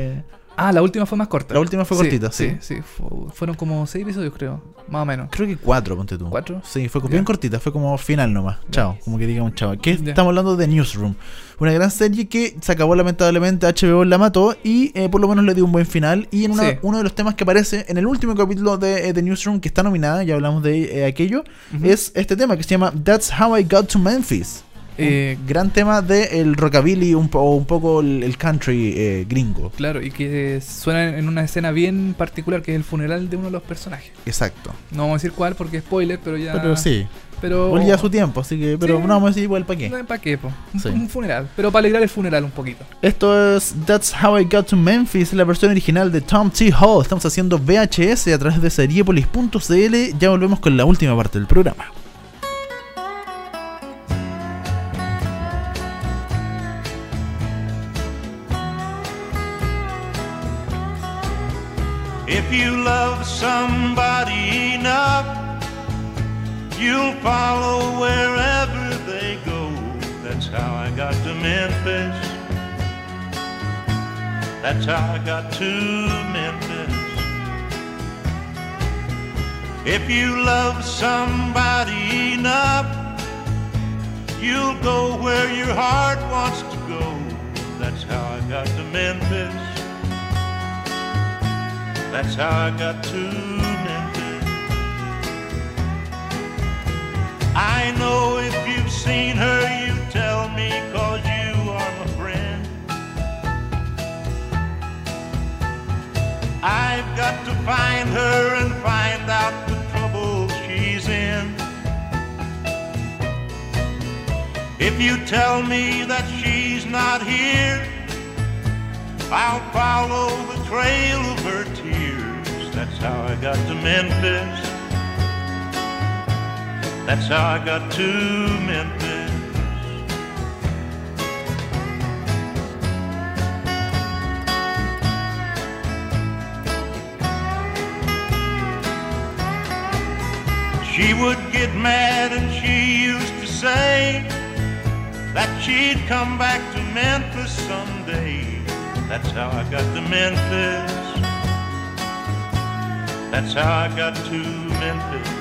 Ah, la última fue más corta. La última fue Sí, cortita, sí. Sí, sí. Fu- fueron como seis episodios, creo. Más o menos. Creo que cuatro, ponte tú. ¿Cuatro? Sí, fue Ya. bien cortita, fue como final nomás. Chao, como que digamos chao. Que Ya. estamos hablando de Newsroom. Una gran serie que se acabó lamentablemente, H B O la mató y eh, por lo menos le dio un buen final. Y en una- Sí. uno de los temas que aparece en el último capítulo de, eh, de Newsroom, que está nominada, ya hablamos de eh, aquello, Ujú. es este tema que se llama That's How I Got to Memphis. Eh, Un gran tema del rockabilly un po- o un poco el, el country eh, gringo. Claro, y que suena en una escena bien particular, que es el funeral de uno de los personajes. Exacto. No vamos a decir cuál porque es spoiler, pero ya... Pero sí, Pero... igual ya su tiempo, así que, pero Sí. no vamos a decir igual para qué. No, ¿para qué, po? Un, Sí. un funeral. Pero para alegrar el funeral un poquito. Esto es That's How I Got to Memphis, la versión original de Tom T. Hall. Estamos haciendo V H S a través de seriepolis punto c l. Ya volvemos con la última parte del programa. If you love somebody enough, you'll follow wherever they go. That's how I got to Memphis. That's how I got to Memphis. If you love somebody enough, you'll go where your heart wants to go. That's how I got to Memphis. That's how I got to Memphis. I know if you've seen her, you tell me, 'cause you are my friend. I've got to find her and find out the trouble she's in. If you tell me that she's not here, I'll follow the trail of her tears. That's how I got to Memphis. That's how I got to Memphis. She would get mad and she used to say that she'd come back to Memphis someday. That's how I got to Memphis. That's how I got to Memphis.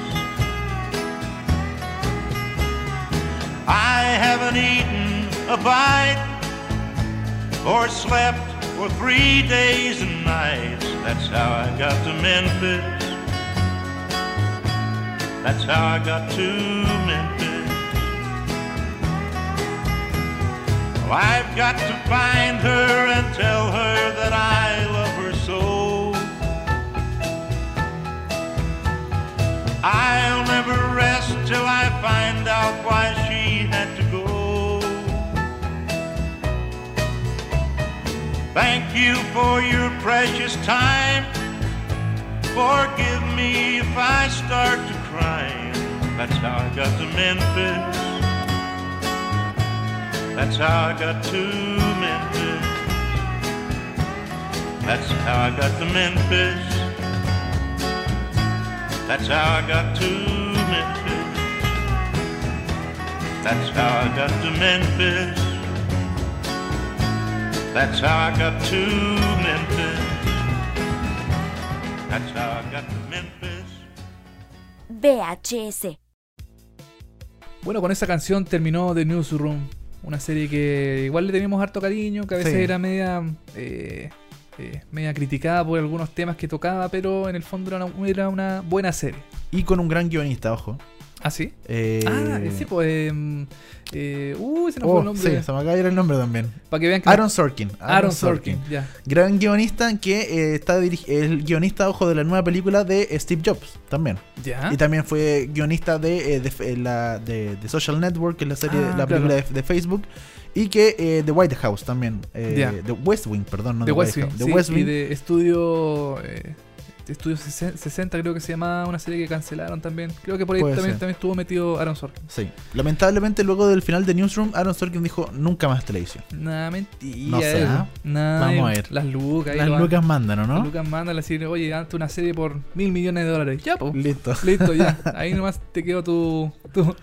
I haven't eaten a bite or slept for three days and nights. That's how I got to Memphis. That's how I got to Memphis. Well, I've got to find her and tell her that I love her so. I'll never rest till I find out why she had to go. Thank you for your precious time. Forgive me if I start to cry. That's how I got to Memphis. That's how I got to Memphis. That's how I got to Memphis. That's how I got to Memphis. That's how I got to Memphis. That's how I got to Memphis. That's how I got to Memphis. V H S. Bueno, con esa canción terminó The Newsroom. Una serie que igual le teníamos harto cariño, que a veces Sí. era media eh, eh, media criticada por algunos temas que tocaba, pero en el fondo era una, era una buena serie. Y con un gran guionista, ojo. ¿Ah, sí? Eh, Ah, sí, pues... Eh, eh, uy, se nos oh, fue el nombre. sí, se me acaba de ir el nombre también. Para que vean que... Aaron Sorkin. Aaron Sorkin, ya. Gran guionista que eh, está dirigi- el guionista, ojo, de la nueva película de Steve Jobs también. Ya. Y también fue guionista de, eh, de, eh, la, de, de Social Network, que es la serie, Ah, la película claro. de, de Facebook. Y que eh, The White House también. Eh, Ya. The West Wing, perdón, no de The West White Wing, House. The sí, West y Wing. de Estudio... Eh, Estudio sesenta creo que se llamaba una serie que cancelaron también. Creo que por ahí Puede también, ser. también estuvo metido Aaron Sorkin. Sí. Lamentablemente, luego del final de Newsroom, Aaron Sorkin dijo nunca más televisión. Nada, mentira. No sé, eso. ¿ah? Nada, Vamos a eh, ver. Las lucas. ahí Las lo van- lucas mandan, ¿o Las no? lucas mandan a decir, oye, hazte una serie por mil millones de dólares. Ya, pues. Listo. Listo, ya. Ahí nomás te quedó tu, tu,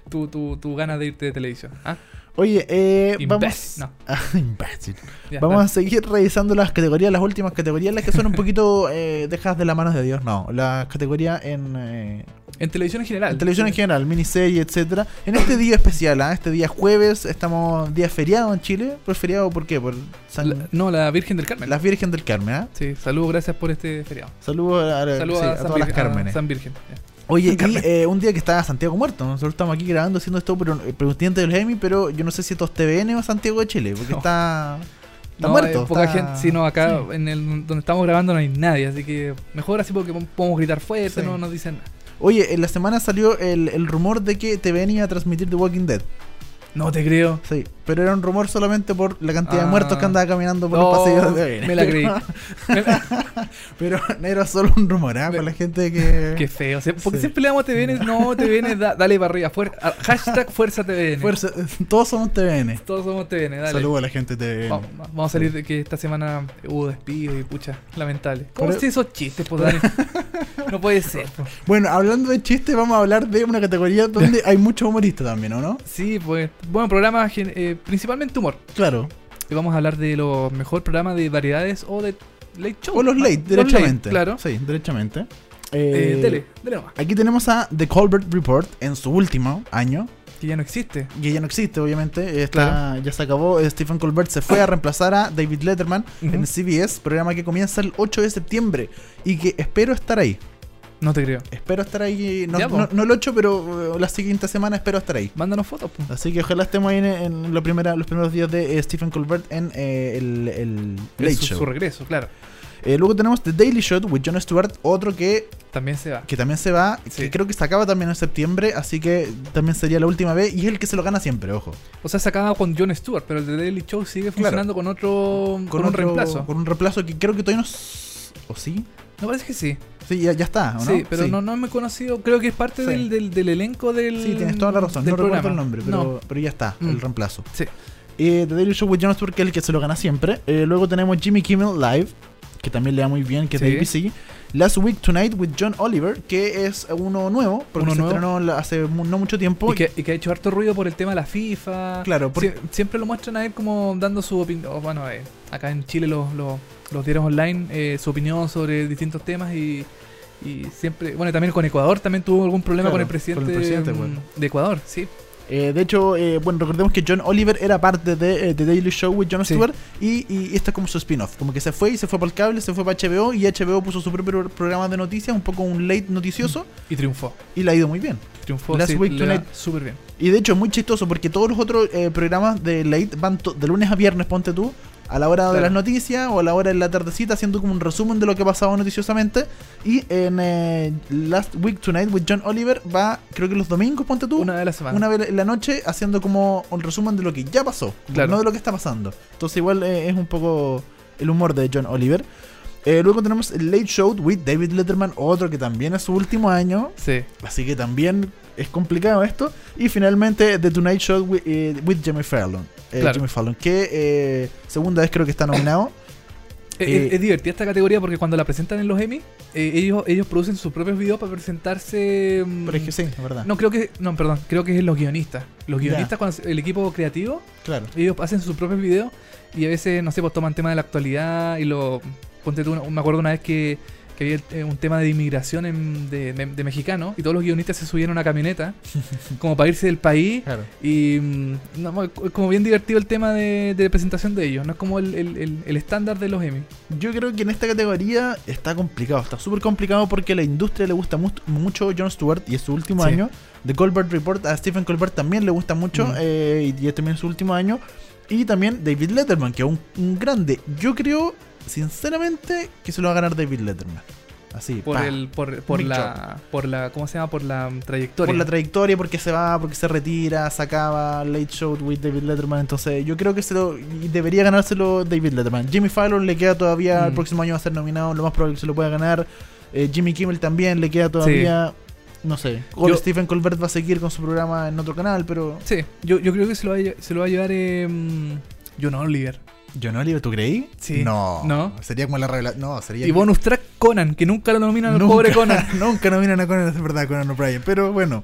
tu, tu, tu ganas de irte de televisión. ¿Ah? Oye, eh, Imbécil, vamos... no. Ah, imbécil. Ya, Vamos dale. a seguir revisando las categorías, las últimas categorías, las que son un poquito eh, dejadas de las manos de Dios. No, las categorías en, eh, En televisión en general. en televisión en general, miniserie, etcétera. En este día especial, ¿ah? Este día jueves, estamos día feriado en Chile. ¿Por feriado por qué? Por San... La- no, la Virgen del Carmen. la Virgen del Carmen, ¿ah? Sí, saludos, gracias por este feriado. Saludos a, a- Saludos sí, a, a San todas las Virgen, a Cármenes. San Virgen. ya. Oye, y eh, un día que está Santiago muerto. Nosotros estamos aquí grabando, haciendo esto, pero eh, pendiente del Emmy, pero yo no sé si esto es T V N o Santiago de Chile, porque No. está, está No, muerto. hay poca está- gente, sino acá Sí. en el donde estamos grabando no hay nadie, así que mejor así porque podemos gritar fuerte, Sí. no nos dicen nada. Oye, en la semana salió el, el rumor de que T V N iba a transmitir The Walking Dead. No te creo. Sí, pero era un rumor solamente por la cantidad Ah. de muertos que andaba caminando por No, los pasillos de T V N. me la creí. Me la- Pero era solo un rumor, ¿ah? Para la gente que... Qué feo. o sea, porque Sí. siempre le damos a T V N. No, T V N, da- dale para arriba. Fuer- a- hashtag Fuerza T V N. Fuerza, todos somos T V N. Todos somos T V N, dale. Saludos a la gente de T V N. Vamos, vamos a salir de que esta semana hubo despido y pucha, lamentable. ¿Cómo Pero- si esos chistes, pues, Dani? No puede ser. po. Bueno, hablando de chistes, vamos a hablar de una categoría donde hay muchos humoristas también, ¿o no? Sí, pues. Bueno, programa gen- eh, principalmente humor. Claro. Y vamos a hablar de los mejor programas de variedades o de late show. O los late, Los derechamente. late, claro. Sí, derechamente. Eh, Eh, dele, dele nomás. Aquí tenemos a The Colbert Report en su último año. Que ya no existe. Que ya no existe, obviamente. Está, Claro. Ya se acabó. Eh, Stephen Colbert se fue a reemplazar a David Letterman Ujú. en C B S, programa que comienza el ocho de septiembre. Y que espero estar ahí. No te creo. Espero estar ahí. No, Ya, po. no, no el ocho, pero eh, la siguiente semana espero estar ahí. Mándanos fotos, pues. Así que ojalá estemos ahí en, en la primera, los primeros días de eh, Stephen Colbert en eh, el, el Late su, Show. su regreso, claro. Eh, luego tenemos The Daily Show with Jon Stewart, otro que, También se va. que también se va, Sí. que creo que se acaba también en septiembre, así que también sería la última vez y es el que se lo gana siempre, ojo. O sea, se acaba con Jon Stewart, pero el The Daily Show sigue funcionando con otro. Con, un otro- reemplazo. Con un reemplazo que creo que todavía no... s- ¿O sí? Me parece que sí. Sí, ya, ya está, ¿o no? Sí, pero No, no me he conocido. Creo que es parte Sí. del, del, del elenco del. Sí, tienes toda la razón, del no recuerdo programa. el nombre, pero, No. pero ya está, Mm. el reemplazo. Sí. Eh, The Daily Show with Jon Stewart, que es el que se lo gana siempre. Eh, luego tenemos Jimmy Kimmel Live, que también le da muy bien, que es Sí. de A B C. Last Week Tonight with John Oliver, que es uno nuevo, porque Uno se nuevo. estrenó la- hace mu- no mucho tiempo. Y que, y que ha hecho harto ruido por el tema de la FIFA. Claro, porque- Sie- siempre lo muestran a él como dando su opinión. Bueno, eh, acá en Chile los, los, los diarios online, eh, su opinión sobre distintos temas y, y siempre. Bueno, y también con Ecuador también tuvo algún problema Claro, con el presidente, con el presidente, mm, bueno. de Ecuador, sí. Eh, de hecho, eh, bueno, recordemos que John Oliver era parte de eh, The Daily Show with Jon Sí. Stewart y, y este es como su spin-off. Como que se fue y se fue para el cable, se fue para H B O y H B O puso su propio programa de noticias, un poco un late noticioso Y triunfó. y le ha ido muy bien. Triunfó Last sí, Week le va Tonight. súper bien. Y de hecho es muy chistoso porque todos los otros eh, programas de late van to- de lunes a viernes, ponte tú, a la hora de Claro. las noticias o a la hora de la tardecita, haciendo como un resumen de lo que ha pasado noticiosamente. Y en eh, Last Week Tonight with John Oliver va, creo que los domingos, ponte tú, Una vez a la semana. una vez en la noche, haciendo como un resumen de lo que ya pasó, Claro. no de lo que está pasando. Entonces igual eh, es un poco el humor de John Oliver. Eh, luego tenemos el Late Show with David Letterman, otro que también es su último año, Sí. así que también es complicado esto. Y finalmente The Tonight Show with, eh, with Jimmy Fallon, eh, Claro. Jimmy Fallon, que eh, segunda vez creo que está nominado. Es, Eh, es- es divertida esta categoría porque cuando la presentan en los Emmy, eh, ellos, ellos producen sus propios videos para presentarse. mm, Pero es que sí, es verdad. No, creo que. No, perdón, creo que es los guionistas. Los Ya. guionistas, cuando el equipo creativo, Claro. ellos hacen sus propios videos y a veces, no sé, pues toman temas de la actualidad y lo. Ponte tú, me acuerdo una vez que, que había eh, un tema de inmigración en- de, de, de mexicanos y todos los guionistas se subieron a una camioneta como para irse del país. Claro. Y mm, no, es como bien divertido el tema de, de presentación de ellos, no es como el, el, el- el estándar de los Emmy. Yo creo que en esta categoría está complicado, está súper complicado porque a la industria le gusta mu- mucho Jon Stewart y es su último Sí. año. The Colbert Report a Stephen Colbert también le gusta mucho Mm. eh, y, y también es su último año. Y también David Letterman, que es un, un grande. Yo creo, sinceramente, que se lo va a ganar David Letterman. Así, Por pa. el por, por Big la por la ¿cómo se llama? Por la mm, trayectoria. Por la trayectoria, porque se va, porque se retira, se acaba Late Show with David Letterman. Entonces, yo creo que se lo y debería ganárselo David Letterman. Jimmy Fallon le queda todavía, Mm. el próximo año va a ser nominado, lo más probable que se lo pueda ganar. Eh, Jimmy Kimmel también le queda todavía, no sé. O Yo- Stephen Colbert va a seguir con su programa en otro canal, pero. Sí, yo, yo creo que se lo va a, lle- se lo va a llevar eh, mm, John Oliver. John Oliver, ¿tú creí? Sí. No. ¿No? Sería como la revelación. No, sería. Y bonus track Conan, que nunca lo nominan al Nunca- pobre Conan. Nunca nominan a Conan, es verdad, Conan O'Brien. Pero bueno,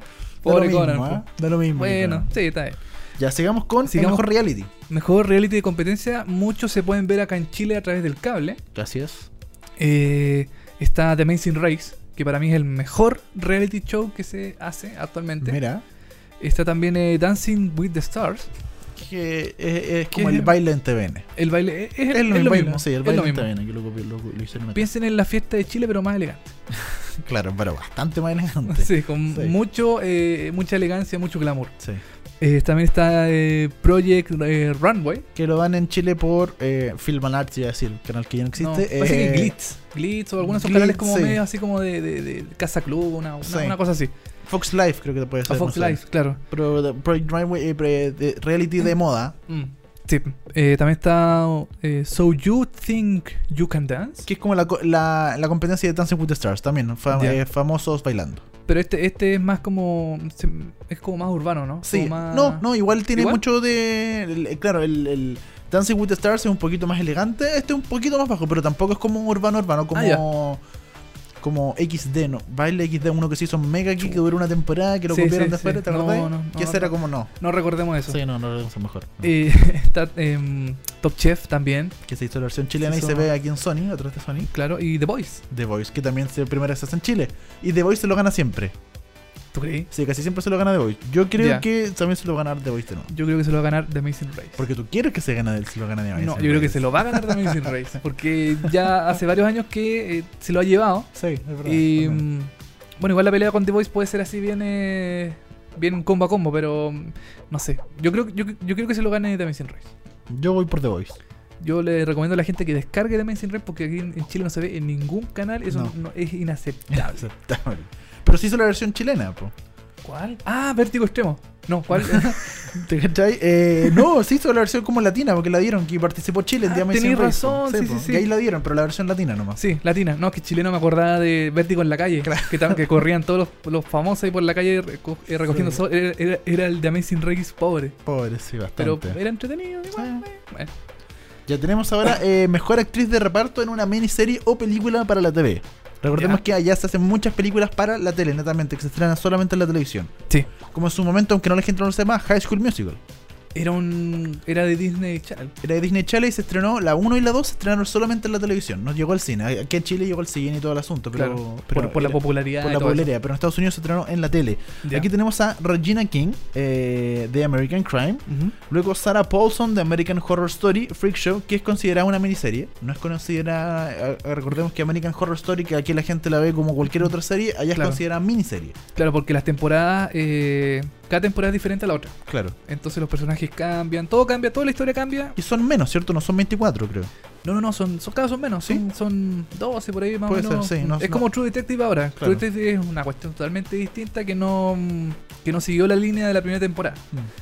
Pobre mismo, Conan, ¿eh? po. Da lo mismo. Bueno, Conan. sí, está bien. Ya, sigamos con Sigamos. el mejor reality. Mejor reality de competencia, muchos se pueden ver acá en Chile a través del cable. Gracias. Eh, está The Amazing Race, que para mí es el mejor reality show que se hace actualmente. Mira, Está también eh, Dancing with the Stars. que es, es como ¿Qué? el baile en T V N. El baile es, es- Es es lo lo mismo, mismo. sí, el es baile lo en T mismo. V N, que lo, copió- lo, lo hicieron acá. Piensen en la fiesta de Chile, pero más elegante. Claro, pero bastante más elegante. Sí, con Sí. mucho, eh, mucha elegancia, mucho glamour. Sí. Eh, también está eh, Project eh, Runway. Que lo dan en Chile por eh, Film and Arts, iba a decir, canal que ya no existe. No, parece que eh, Glitz. Glitz o algunos de esos Glitz, canales como sí. medio así como de, de, de Casa Club, una, una, Sí. una cosa así. Fox Life creo que puede A ser. Fox no sé. Life, claro. Pero de- Project Runway, eh, pre- de reality de moda. Mm. Sí. Eh, también está eh, So You Think You Can Dance. Que es como la, co- la, la competencia de Dancing with the Stars también, ¿no? Fa- Ya. eh, famosos bailando. Pero este, este es más como. se- Es como más urbano, ¿no? Sí, Como más- no, no, igual tiene ¿Igual? mucho de. el- el- claro, el, el Dancing with the Stars es un poquito más elegante, este es un poquito más bajo, pero tampoco es como urbano urbano, como. Ah, ya. Como X D, ¿no? Baile X D, uno que se hizo mega aquí, que duró una temporada, que lo Sí, copiaron sí, después, sí. ¿te No, acordás? no, no, que ese no, era no. como no. No recordemos eso. Sí, no, no lo mejor. no. Eh, está em, Top Chef también, Que se hizo la versión chilena Se y se hizo- ve aquí en Sony, atrás de Sony. claro. Y The Voice. The Voice, que también se primera vez se hace en Chile. Y The Voice se lo gana siempre. ¿Tú crees? Sí, casi siempre se lo gana The Voice. Yo creo Ya. que también se lo va a ganar The Voice de nuevo. Yo creo que se lo va a ganar The Amazing Race. Porque tú quieres que se gane se lo gane The Voice. No, yo creo que se lo va a ganar The Amazing Race. Porque ya hace varios años que eh, se lo ha llevado. Sí, es verdad. Y también. mm, bueno, igual la pelea con The Voice puede ser así bien eh, bien combo a combo, pero mm, no sé. Yo creo, yo, yo creo que se lo gane The Amazing Race. Yo voy por The Voice. Yo le recomiendo a la gente que descargue The Amazing Race porque aquí en en Chile no se ve en ningún canal. Eso No. no- es inaceptable. Inaceptable. Pero se hizo la versión chilena, po. ¿Cuál? Ah, Vértigo Extremo. No, ¿cuál? ¿Te cachai? Eh, no, se hizo la versión como latina, porque la dieron, que participó Chile en Ah, The Amazing tenés Race, po. razón, sí, po. sí, sí. Y ahí la dieron, pero la versión latina nomás. Sí, latina. No, es que chileno me acordaba de Vértigo en la calle. Que, tam- que corrían todos los, los famosos ahí por la calle reco- eh, recogiendo Sí. sol. Era, era- era el The Amazing Race pobre. Pobre, sí, Pero bastante. era entretenido. Igual, Sí. eh, bueno. Ya tenemos ahora eh, mejor actriz de reparto en una miniserie o película para la T V. Recordemos Ya. que allá se hacen muchas películas para la tele, netamente, que se estrenan solamente en la televisión. Sí. Como en su momento, aunque no la gente no lo sepa, High School Musical. Era un. Era de Disney Channel. Era de Disney Channel y se estrenó, la uno y la dos se estrenaron solamente en la televisión. No llegó al cine. Aquí en Chile llegó al cine y todo el asunto, pero... Claro, pero por, por la era- popularidad. por y la todo eso. popularidad, pero en Estados Unidos se estrenó en la tele. Ya. Aquí tenemos a Regina King eh, de American Crime. Ujú. Luego Sarah Paulson de American Horror Story Freak Show, que es considerada una miniserie. No es considerada, eh, recordemos que American Horror Story, que aquí la gente la ve como cualquier otra serie, allá Claro. es considerada miniserie. Claro, porque las temporadas. eh, cada temporada es diferente a la otra. Claro. Entonces los personajes cambian, todo cambia, toda la historia cambia. Y son menos, ¿cierto? No son veinticuatro, creo. No, no, no, son, son cada vez son menos, ¿Sí? son, son doce por ahí más Puede o menos. ser, sí, no- es no. como True Detective ahora. Claro. True Detective es una cuestión totalmente distinta que no, que no siguió la línea de la primera temporada.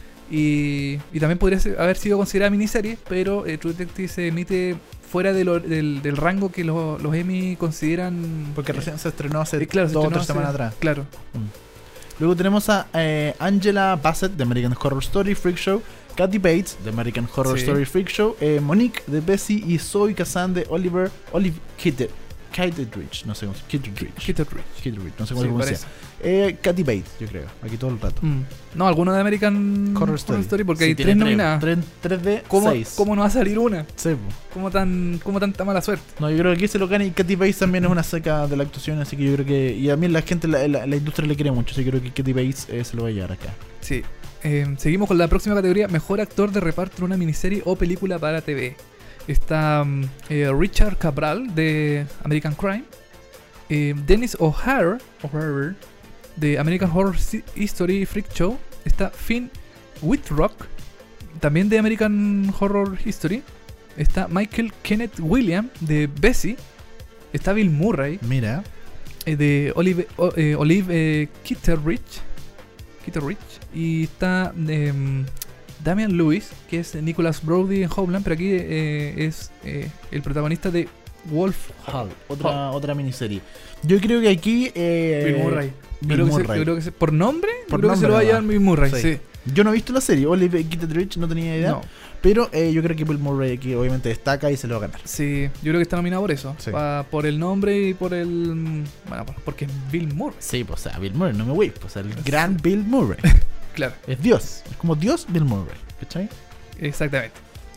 Y, y también podría ser- haber sido considerada miniserie, pero eh, True Detective se emite fuera de lo- del, del rango que los, los Emmy consideran. Porque eh, recién se estrenó hace eh, claro, se dos o estrenó tres hace- semanas atrás. Claro. Luego tenemos a eh, Angela Bassett de American Horror Story Freak Show, Kathy Bates de American Horror Sí. Story Freak Show, eh, Monique de Bessie y Zoe Kazan de Oliver Olive Kitter, Kittredge, no sé cómo se Kittredge, Kid Rich. Kittredge, no sé cómo Sí, se pronuncia. parece. Eh, Kathy Bates, yo creo, aquí todo el rato. Mm. No, alguno de American Horror Story. porque Sí, hay tiene tres nominadas. Tres, tres de ¿Cómo, seis. ¿Cómo no va a salir una? Sí, po. ¿Cómo, tan, ¿Cómo tanta mala suerte? No, yo creo que aquí se lo gana y Kathy Bates también es una seca de la actuación, así que yo creo que... Y a mí la gente, la, la, la industria le quiere mucho, así que creo que Kathy Bates eh, se lo va a llevar acá. Sí. Eh, seguimos con la próxima categoría: Mejor actor de reparto en una miniserie o película para T V. Está mm, eh, Richard Cabral de American Crime, eh, Dennis O'Hare, O'Hare de American Horror Si- History Freak Show. Está Finn Wittrock, también de American Horror History. Está Michael Kenneth Williams de Bessie. Está Bill Murray Mira, eh, de Olive, o- eh, Olive eh, Kitteridge. Kitteridge. Y está em, Damian Lewis, que es Nicholas Brody en Homeland, pero aquí eh, es eh, el protagonista de Wolf Hall, otra, otra miniserie. Yo creo que aquí... Eh, Bill Murray. Yo Bill creo, que se, Murray. yo creo que se- por nombre, Por yo creo que se nombre lo va a nomás. llevar Bill Murray. Sí. Sí. Yo no he visto la serie, Olive Kitteridge no tenía idea. No. Pero eh, yo creo que Bill Murray aquí obviamente destaca y se lo va a ganar. Sí, yo creo que está nominado por eso. Sí. Pa- por el nombre y por el. Bueno, por- porque es Bill Murray. Sí, pues o sea, Bill Murray, no me voy. Pues, o sea, el gran Bill Murray. Claro, Es Dios. Es como Dios Bill Murray. ¿Cachai? exactamente.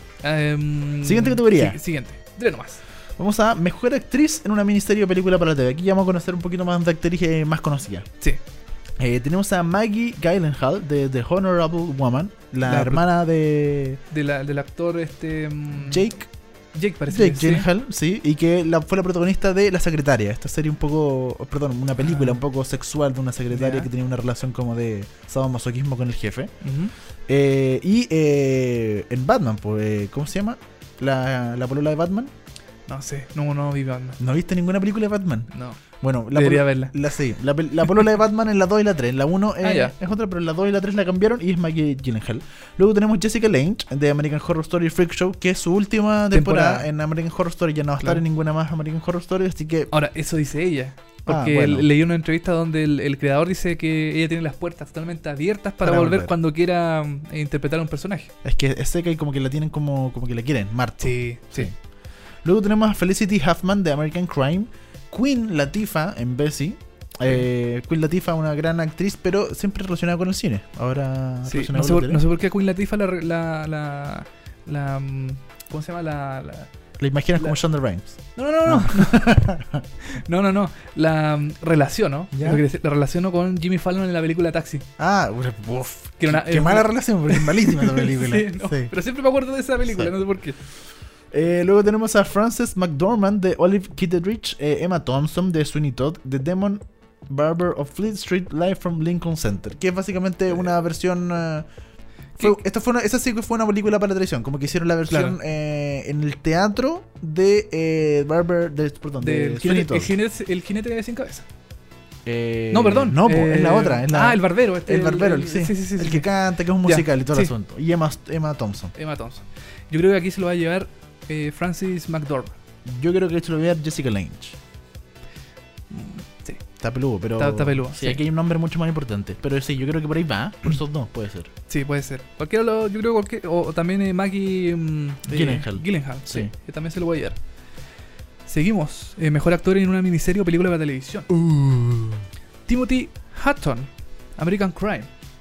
Em, Siguiente categoría. sí, siguiente. Dile nomás. Vamos a Mejor Actriz en una miniserie o película para la T V. Aquí ya vamos a conocer un poquito más de actriz eh, más conocida. Sí. Eh, tenemos a Maggie Gyllenhaal de The Honorable Woman, la, La- hermana de De la, del actor este. mm, Jake, Jake parece Jake que sí. Gyllenhaal, sí, y que la, fue la protagonista de La Secretaria, esta serie un poco, perdón, una película Ah. un poco sexual de una secretaria Ya. que tenía una relación como de sadomasoquismo con el jefe. Ujú. Eh, y eh, en Batman, pues, eh, ¿cómo se llama? La, la polola de Batman. No sé, no, no vi Batman. ¿No viste ninguna película de Batman? No. Bueno, la Debería polo- verla. La, sí, la, pel- la polola de Batman en la dos y la tres. La uno eh, Ah, ya. es otra, pero en la dos y la tres la cambiaron y es Maggie Gyllenhaal. Luego tenemos Jessica Lange de American Horror Story Freak Show, que es su última temporada, Temporada. en American Horror Story. Ya no va a estar Claro. en ninguna más American Horror Story, así que... Ahora, eso dice ella. Ah, Porque bueno. leí una entrevista donde el, el creador dice que ella tiene las puertas totalmente abiertas para, Para volver, volver. cuando quiera mm, interpretar a un personaje. Es que es seca y como que la tienen como, como que la quieren, Marta. Sí, sí. Luego tenemos a Felicity Huffman de American Crime, Queen Latifah en Bessie. Eh, Queen Latifah, una gran actriz, pero siempre relacionada con el cine. Ahora Sí, relacionada no, con sé la por, tele. no sé por qué a Queen Latifah la, la, la, la, mm, ¿cómo se llama? La, la- La imaginas la- como Shonda Rhimes. No, no, no, no. No, no, no. La mm, relaciono. ¿Ya? Lo que decía, la relaciono con Jimmy Fallon en la película Taxi. Ah, uf, Que era una- qué, qué es mala una- relación, porque es malísima esa película. Sí, no, Sí. Pero siempre me acuerdo de esa película, Sí. no sé por qué. Eh, luego tenemos a Frances McDormand de Olive Kitteridge, eh, Emma Thompson de Sweeney Todd, The Demon Barber of Fleet Street, Live from Lincoln Center, que es básicamente una versión... eh, fue- ¿Qué? esto fue una, esa sí que fue una película para la televisión, como que hicieron la versión Claro. eh, en el teatro de eh, Barber, de, perdón, de Del Sweeney jinete, Todd. el, jinete, el jinete sin cabeza. Eh, No, perdón. No, po, es la Eh, otra. Es la, ah, el barbero. este, el barbero, el, sí, sí, sí, sí, el sí. que canta, que es un Ya, musical y todo el sí. asunto. Y Emma, Emma Thompson. Emma Thompson. Yo creo que aquí se lo va a llevar eh, Francis McDormand. Yo creo que esto lo voy a dar Jessica Lange. Sí. Está peludo, pero. Está- está peludo, Sí, sí. aquí hay un nombre mucho más importante. Pero sí, yo creo que por ahí va. Por esos dos puede ser. Sí, puede ser. Cualquiera lo, yo creo que cualquier, o, o también eh, Maggie mm, eh, Gyllenhaal. Gyllenhaal, sí. Sí. Que también se lo voy a llevar. Seguimos. Eh, mejor actor en una miniserie o película para televisión. Uh. Timothy Hutton, American Crime.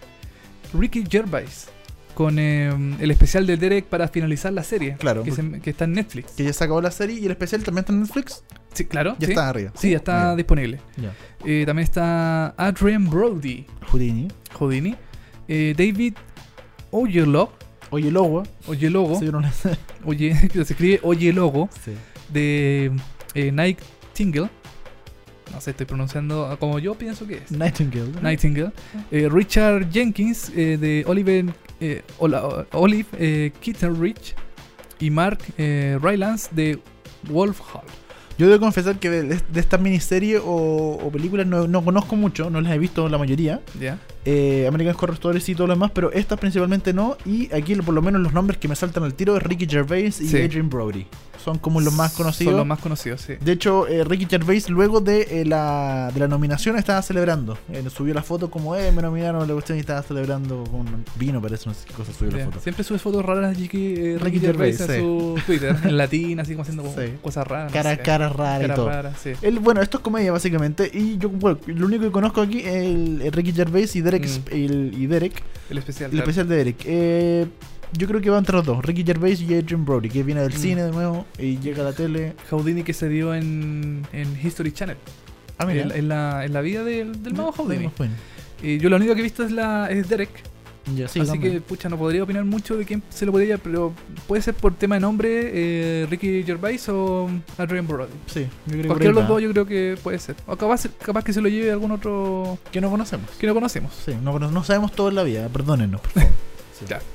Ricky Gervais, con eh, el especial de Derek para finalizar la serie. Claro, Que, se- que está en Netflix. Que ya se acabó la serie y el especial también está en Netflix. Sí, claro. Ya sí. está arriba. Sí, ya está Muy bien. disponible. Ya. Eh, también está Adrian Brody, Houdini. Houdini. Eh, David Oyelowo, Oye, Logo. Oyelowo, Sí, no le- Oye, se escribe Oyelowo, sí. de eh, Nightingale. No sé, estoy pronunciando como yo pienso que es. Nightingale. ¿no? Nightingale. Eh, Richard Jenkins, eh, de Oliver, eh, Ola- Olive eh, Kitteridge. Y Mark eh, Rylance, de Wolf Hall. Yo debo confesar que de, de estas miniseries o, o películas no, no conozco mucho, no las he visto la mayoría. ¿Ya? Eh, American Horror Story sí, todo lo demás, pero estas principalmente no. Y aquí por lo menos los nombres que me saltan al tiro es Ricky Gervais y Sí. Adrian Brody. Son como los más conocidos. Son los más conocidos, sí. De hecho, eh, Ricky Gervais luego de, eh, la, de la nominación estaba celebrando. Eh, subió la foto como, eh, me nominaron a la cuestión y estaba celebrando con vino, parece, no sé qué cosa subió Ya. la foto. Siempre sube fotos raras Ricky, eh, Ricky Ricky Gervais Gervais, en sí. su Twitter, en latín, así como haciendo como Sí. cosas raras. no Cara, sé. cara rara y Caras todo. raras, sí. Él, bueno, esto es comedia básicamente. Y yo, bueno, lo único que conozco aquí es el, el Ricky Gervais y Derek. Mm. el- y Derek El especial. el claro. especial de Derek. Eh, yo creo que va entre los dos: Ricky Gervais y Adrian Brody, que viene del Mm. cine de nuevo y llega a la tele. Houdini que se dio en, en History Channel. Ah, mira. En, en la, en la vida del, del mago Houdini. Bueno, Y yo lo único que he visto es, la, es Derek. ya, sí, así también. que, pucha, no podría opinar mucho de quién se lo podría llevar, pero puede ser por tema de nombre eh, Ricky Gervais o Adrian Brody. Sí, yo creo que por Cualquiera ahí de los va. dos yo creo que puede ser. O capaz, capaz que se lo lleve algún otro Que no conocemos. que no conocemos. Sí, no, cono- no sabemos todo en la vida, perdónenos, por favor. Sí. Ya.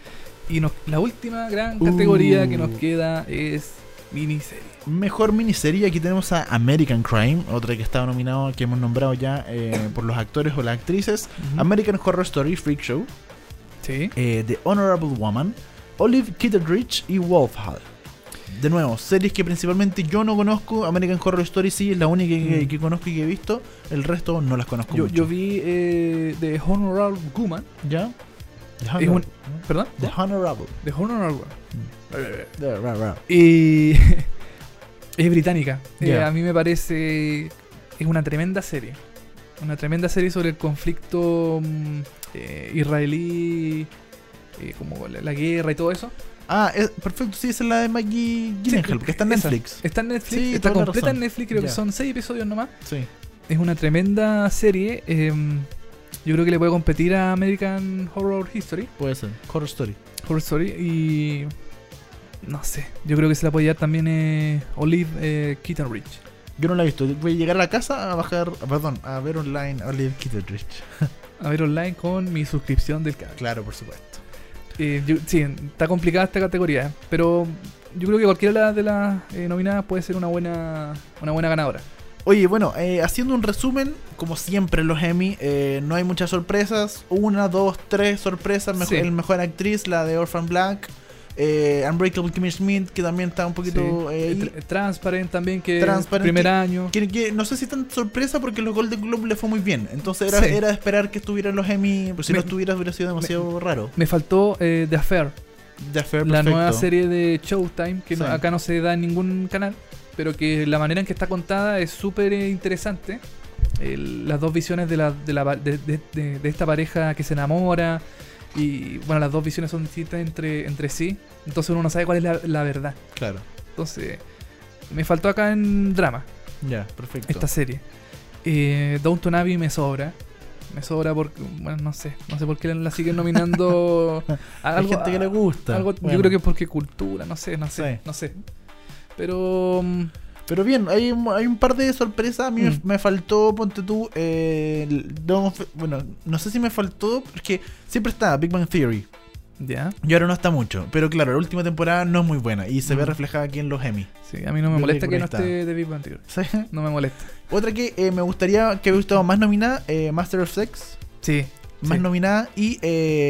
Y nos- la última gran categoría Uh. que nos queda es miniserie. Mejor miniserie, aquí tenemos a American Crime, otra que estaba nominado, que hemos nombrado ya eh, por los actores o las actrices. Ujú. American Horror Story, Freak Show, Sí. eh, The Honorable Woman, Olive Kitteridge y Wolf Hall. De nuevo, series que principalmente yo no conozco. American Horror Story sí es la única que, Mm. que conozco y que he visto. El resto no las conozco Yo, mucho. yo vi eh, The Honorable Woman. ¿Ya? The Es Honorable. un- ¿Perdón? The Honorable. The Honorable. The ra- ra. Y es británica. Eh, Ya. a mí me parece es una tremenda serie. Una tremenda serie sobre el conflicto mm, eh, israelí, eh, como la, la guerra y todo eso. Ah, es, perfecto. Sí, esa es la de Maggie Gyllenhaal, que está en esa. Netflix. Está en Netflix, Sí, está toda la completa razón. en Netflix, creo Ya. que son seis episodios nomás. Sí. Es una tremenda serie. eh, yo creo que le puede competir a American Horror History. Puede ser. Horror Story. Horror Story y no sé, yo creo que se la puede llevar también eh, Olive eh, Kitteridge. Yo no la he visto. Voy a llegar a la casa a bajar, perdón, a ver online a Olive Kitteridge. A ver online con mi suscripción del canal. Claro, por supuesto. Eh, yo- sí, está complicada esta categoría, ¿eh? Pero yo creo que cualquiera de las de las, eh, nominadas puede ser una buena una buena ganadora. Oye, bueno, eh, haciendo un resumen, como siempre en los Emmy, eh, no hay muchas sorpresas. Una, dos, tres sorpresas. Mejo- Sí. El mejor actriz, la de Orphan Black. Eh, Unbreakable Kimmy Schmidt, que también está un poquito Sí. eh, ahí. Tr- Transparent también, que Transparent, primer que- año. Que, que no sé si tan sorpresa porque los Golden Globe le fue muy bien. Entonces era, Sí. era de esperar que estuviera en los Emmy. Pues si Me- no estuviera hubiera sido demasiado raro. Me faltó eh, The Affair, Ya fue la perfecto. nueva serie de Showtime, que no- Sí. acá no se da en ningún canal, pero que la manera en que está contada es súper eh, interesante. El- las dos visiones de, la, de, la, de, de- de- de esta pareja que se enamora. Y bueno, las dos visiones son distintas entre, entre sí. Entonces uno no sabe cuál es la, la verdad. Claro. Entonces, me faltó acá en drama Ya, perfecto. esta serie. Eh, Downton Abbey me sobra. Me sobra porque, bueno, no sé. No sé por qué la siguen nominando. a Hay gente que le gusta. algo- Bueno. Yo creo que es porque cultura, no sé, no sé, Sí. no sé. Pero mm, Pero bien, hay, un- hay un par de sorpresas. A mí me- Mm. me faltó, ponte tú, eh, el- no, bueno, no sé si me faltó, porque siempre está Big Bang Theory. ya. Y ahora no está mucho. Pero claro, la última temporada no es muy buena y se ve Mm. reflejada aquí en los Emmy. Sí, a mí no me Yo molesta creo que que no está. esté de Big Bang Theory. ¿Sí? No me molesta. Otra que eh, me gustaría que hubiera estado más nominada, eh, Master of Sex, Sí. más sí. nominada, y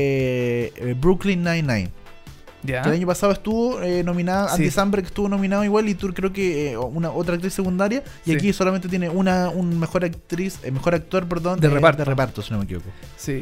eh, eh, Brooklyn Nine-Nine. Ya. Que el año pasado estuvo eh, nominada, Sí. Andy Samberg estuvo nominado igual, y tú creo que eh, una otra actriz secundaria, y Sí. aquí solamente tiene una un mejor actriz, eh, mejor actor, perdón, De eh, reparto. de reparto, si no me equivoco. Sí.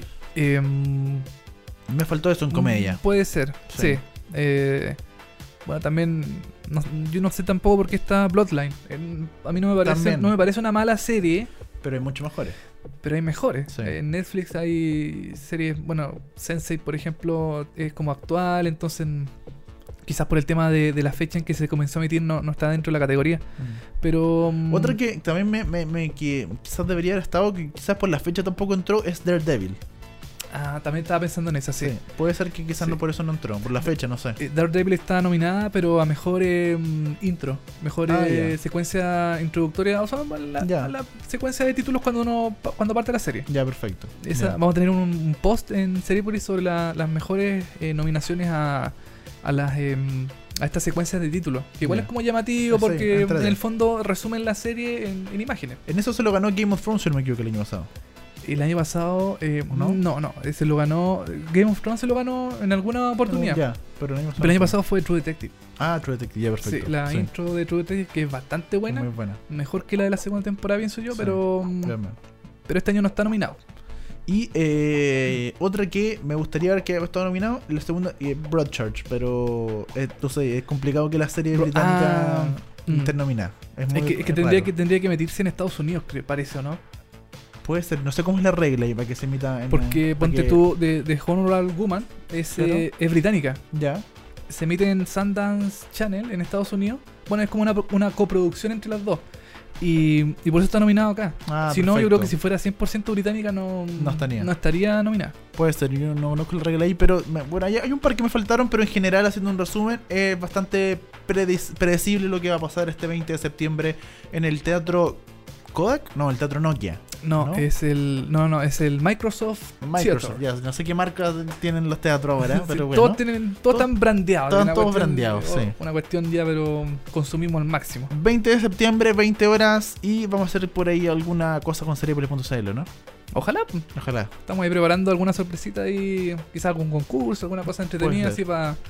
Em, Me faltó eso en comedia. Puede ser, Sí. sí. Eh, bueno, también no- yo no sé tampoco por qué está Bloodline. Eh, a mí no me parece También. no me parece una mala serie, Pero hay mucho mejores. pero hay mejores. Sí. Eh, en Netflix hay series, bueno, sense eight, por ejemplo, es como actual, entonces quizás por el tema de, de la fecha en que se comenzó a emitir no, no está dentro de la categoría. Pero mm, Otra que también me, me- me- que quizás debería haber estado, que quizás por la fecha tampoco entró, es Daredevil. ah, también estaba pensando en esa, sí. Sí. Puede ser que quizás Sí. no por eso no entró, por la fecha, no sé. Eh, Daredevil está nominada, pero a mejor eh, mm, intro, mejor Ah, eh, ya. secuencia introductoria, o sea, la, Ya. la secuencia de títulos cuando uno pa- cuando parte la serie. Ya, perfecto. Esa- Ya. Vamos a tener un, un post en Seriepolis sobre la- las mejores eh, nominaciones a, a las em, a estas secuencias de títulos. Que igual Ya. es como llamativo Sí, porque entrete. en el fondo resumen la serie en, en imágenes. En eso se lo ganó Game of Thrones, si no me equivoco, el año pasado. El año pasado, eh, ¿No? no, no, ese lo ganó. Game of Thrones se lo ganó en alguna oportunidad. Ya, pero el año pasado. Pero el año no. pasado fue True Detective. Ah, True Detective, ya, perfecto. Sí, la Sí. intro de True Detective que es bastante buena. Muy buena. Mejor que la de la segunda temporada, pienso yo, Sí, pero mm, Créeme. pero este año no está nominado. Y eh, otra que me gustaría ver que haya estado nominado, la segunda, eh, Broadchurch, pero eh, no sé, es complicado que la serie Bro- británica ah, mm. esté nominada. Es, muy, Es que, es que es tendría raro. que tendría que metirse en Estados Unidos, creo, parece, ¿o no? Puede ser, no sé cómo es la regla y para que se emita en Porque para ponte que- tú, de, de Honorable Woman es, Claro. eh, es británica. Ya, Se emite en Sundance Channel en Estados Unidos. Bueno, es como una, una coproducción entre las dos. Y, y por eso está nominado acá. Ah, si no, yo perfecto. creo que si fuera cien por ciento británica no, No estaría. no estaría nominada. puede ser, yo no conozco la regla ahí, pero me- bueno, hay, hay un par que me faltaron, pero en general, haciendo un resumen, es bastante predis- predecible lo que va a pasar este veinte de septiembre en el teatro Kodak, no, el teatro Nokia. No, ¿No? es el no, no, es el Microsoft, Microsoft, Theater. ya, no sé qué marcas tienen los teatros ahora, Sí, pero bueno. todos tienen todos Todo- están brandeados. están una todos cuestión- brandeados, oh, sí. Una cuestión ya, pero consumimos al máximo. veinte de septiembre, veinte horas, y vamos a hacer por ahí alguna cosa con seriepolis punto c l, ¿no? Ojalá. pues. Ojalá. Estamos ahí preparando alguna sorpresita y quizás algún concurso, alguna cosa entretenida Puede así ser. para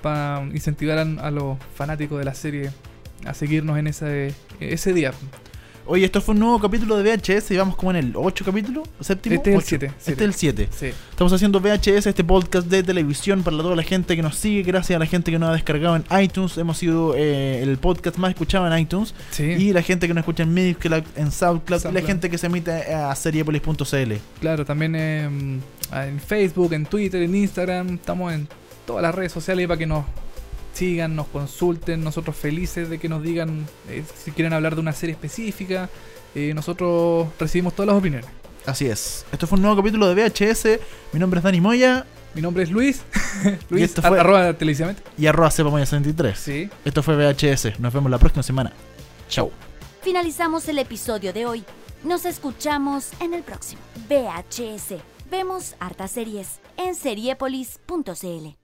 para incentivar a, a los fanáticos de la serie a seguirnos en ese, ese día. Oye, esto fue un nuevo capítulo de V H S y vamos como en el ocho capítulo, séptimo. Este es el ocho. siete, Este es el siete. Sí. Estamos haciendo V H S, este podcast de televisión para toda la gente que nos sigue, gracias a la gente que nos ha descargado en iTunes. Hemos sido eh, el podcast más escuchado en iTunes. Sí. Y la gente que nos escucha en Mixcloud, en SoundCloud, y la SoundCloud. gente que se emite a seriepolis punto c l. Claro, también eh, en Facebook, en Twitter, en Instagram, estamos en todas las redes sociales para que nos sigan, nos consulten, nosotros felices de que nos digan eh, si quieren hablar de una serie específica. Eh, nosotros recibimos todas las opiniones. Así es. Esto fue un nuevo capítulo de V H S. Mi nombre es Dani Moya Mi nombre es Luis, Y Luis esto fue- arroba televisamente. y arroba cepamoya setenta y tres. Sí. Esto fue V H S. Nos vemos la próxima semana. Chau. Finalizamos el episodio de hoy. Nos escuchamos en el próximo. V H S. Vemos hartas series en seriepolis punto c l.